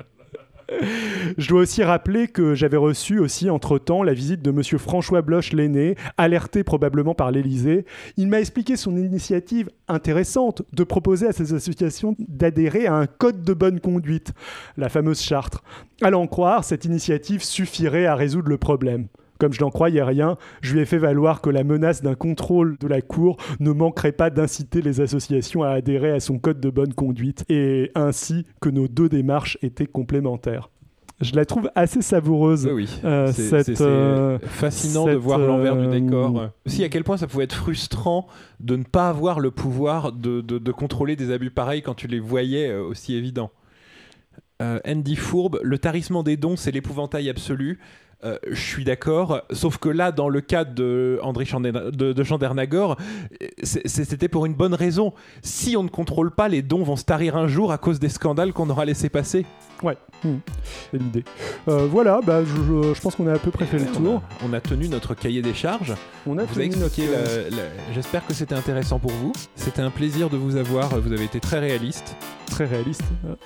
Je dois aussi rappeler que j'avais reçu aussi entre-temps la visite de M. François Bloch l'aîné, alerté probablement par l'Élysée. Il m'a expliqué son initiative intéressante de proposer à ces associations d'adhérer à un code de bonne conduite, la fameuse charte. À l'en croire, cette initiative suffirait à résoudre le problème. Comme je n'en croyais rien, je lui ai fait valoir que la menace d'un contrôle de la Cour ne manquerait pas d'inciter les associations à adhérer à son code de bonne conduite, et ainsi que nos deux démarches étaient complémentaires. Je la trouve assez savoureuse. Oui, oui. Euh, c'est, cette, c'est, c'est euh, fascinant cette, de voir l'envers euh, du décor. Aussi, à quel point ça pouvait être frustrant de ne pas avoir le pouvoir de, de, de contrôler des abus pareils quand tu les voyais euh, aussi évidents. Euh, Andy Fourbe, le tarissement des dons, c'est l'épouvantail absolu. Euh, je suis d'accord, sauf que là, dans le cas de André Chandernagor, de, de Chandernagor, c'est, c'était pour une bonne raison. Si on ne contrôle pas, les dons vont se tarir un jour à cause des scandales qu'on aura laissé passer. Ouais, mmh. C'est l'idée. Euh, voilà, bah, je, je, je pense qu'on a à peu près fait le tour. On a, on a tenu notre cahier des charges. On a vous avez expliqué notre... la, la... J'espère que c'était intéressant pour vous. C'était un plaisir de vous avoir. Vous avez été très réaliste. Très réaliste. Ouais.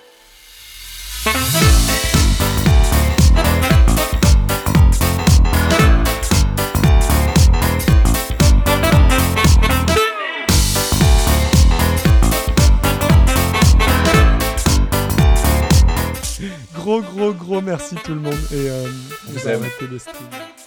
Gros, gros, gros merci tout le monde. Et euh, vous avez arrêté le stream.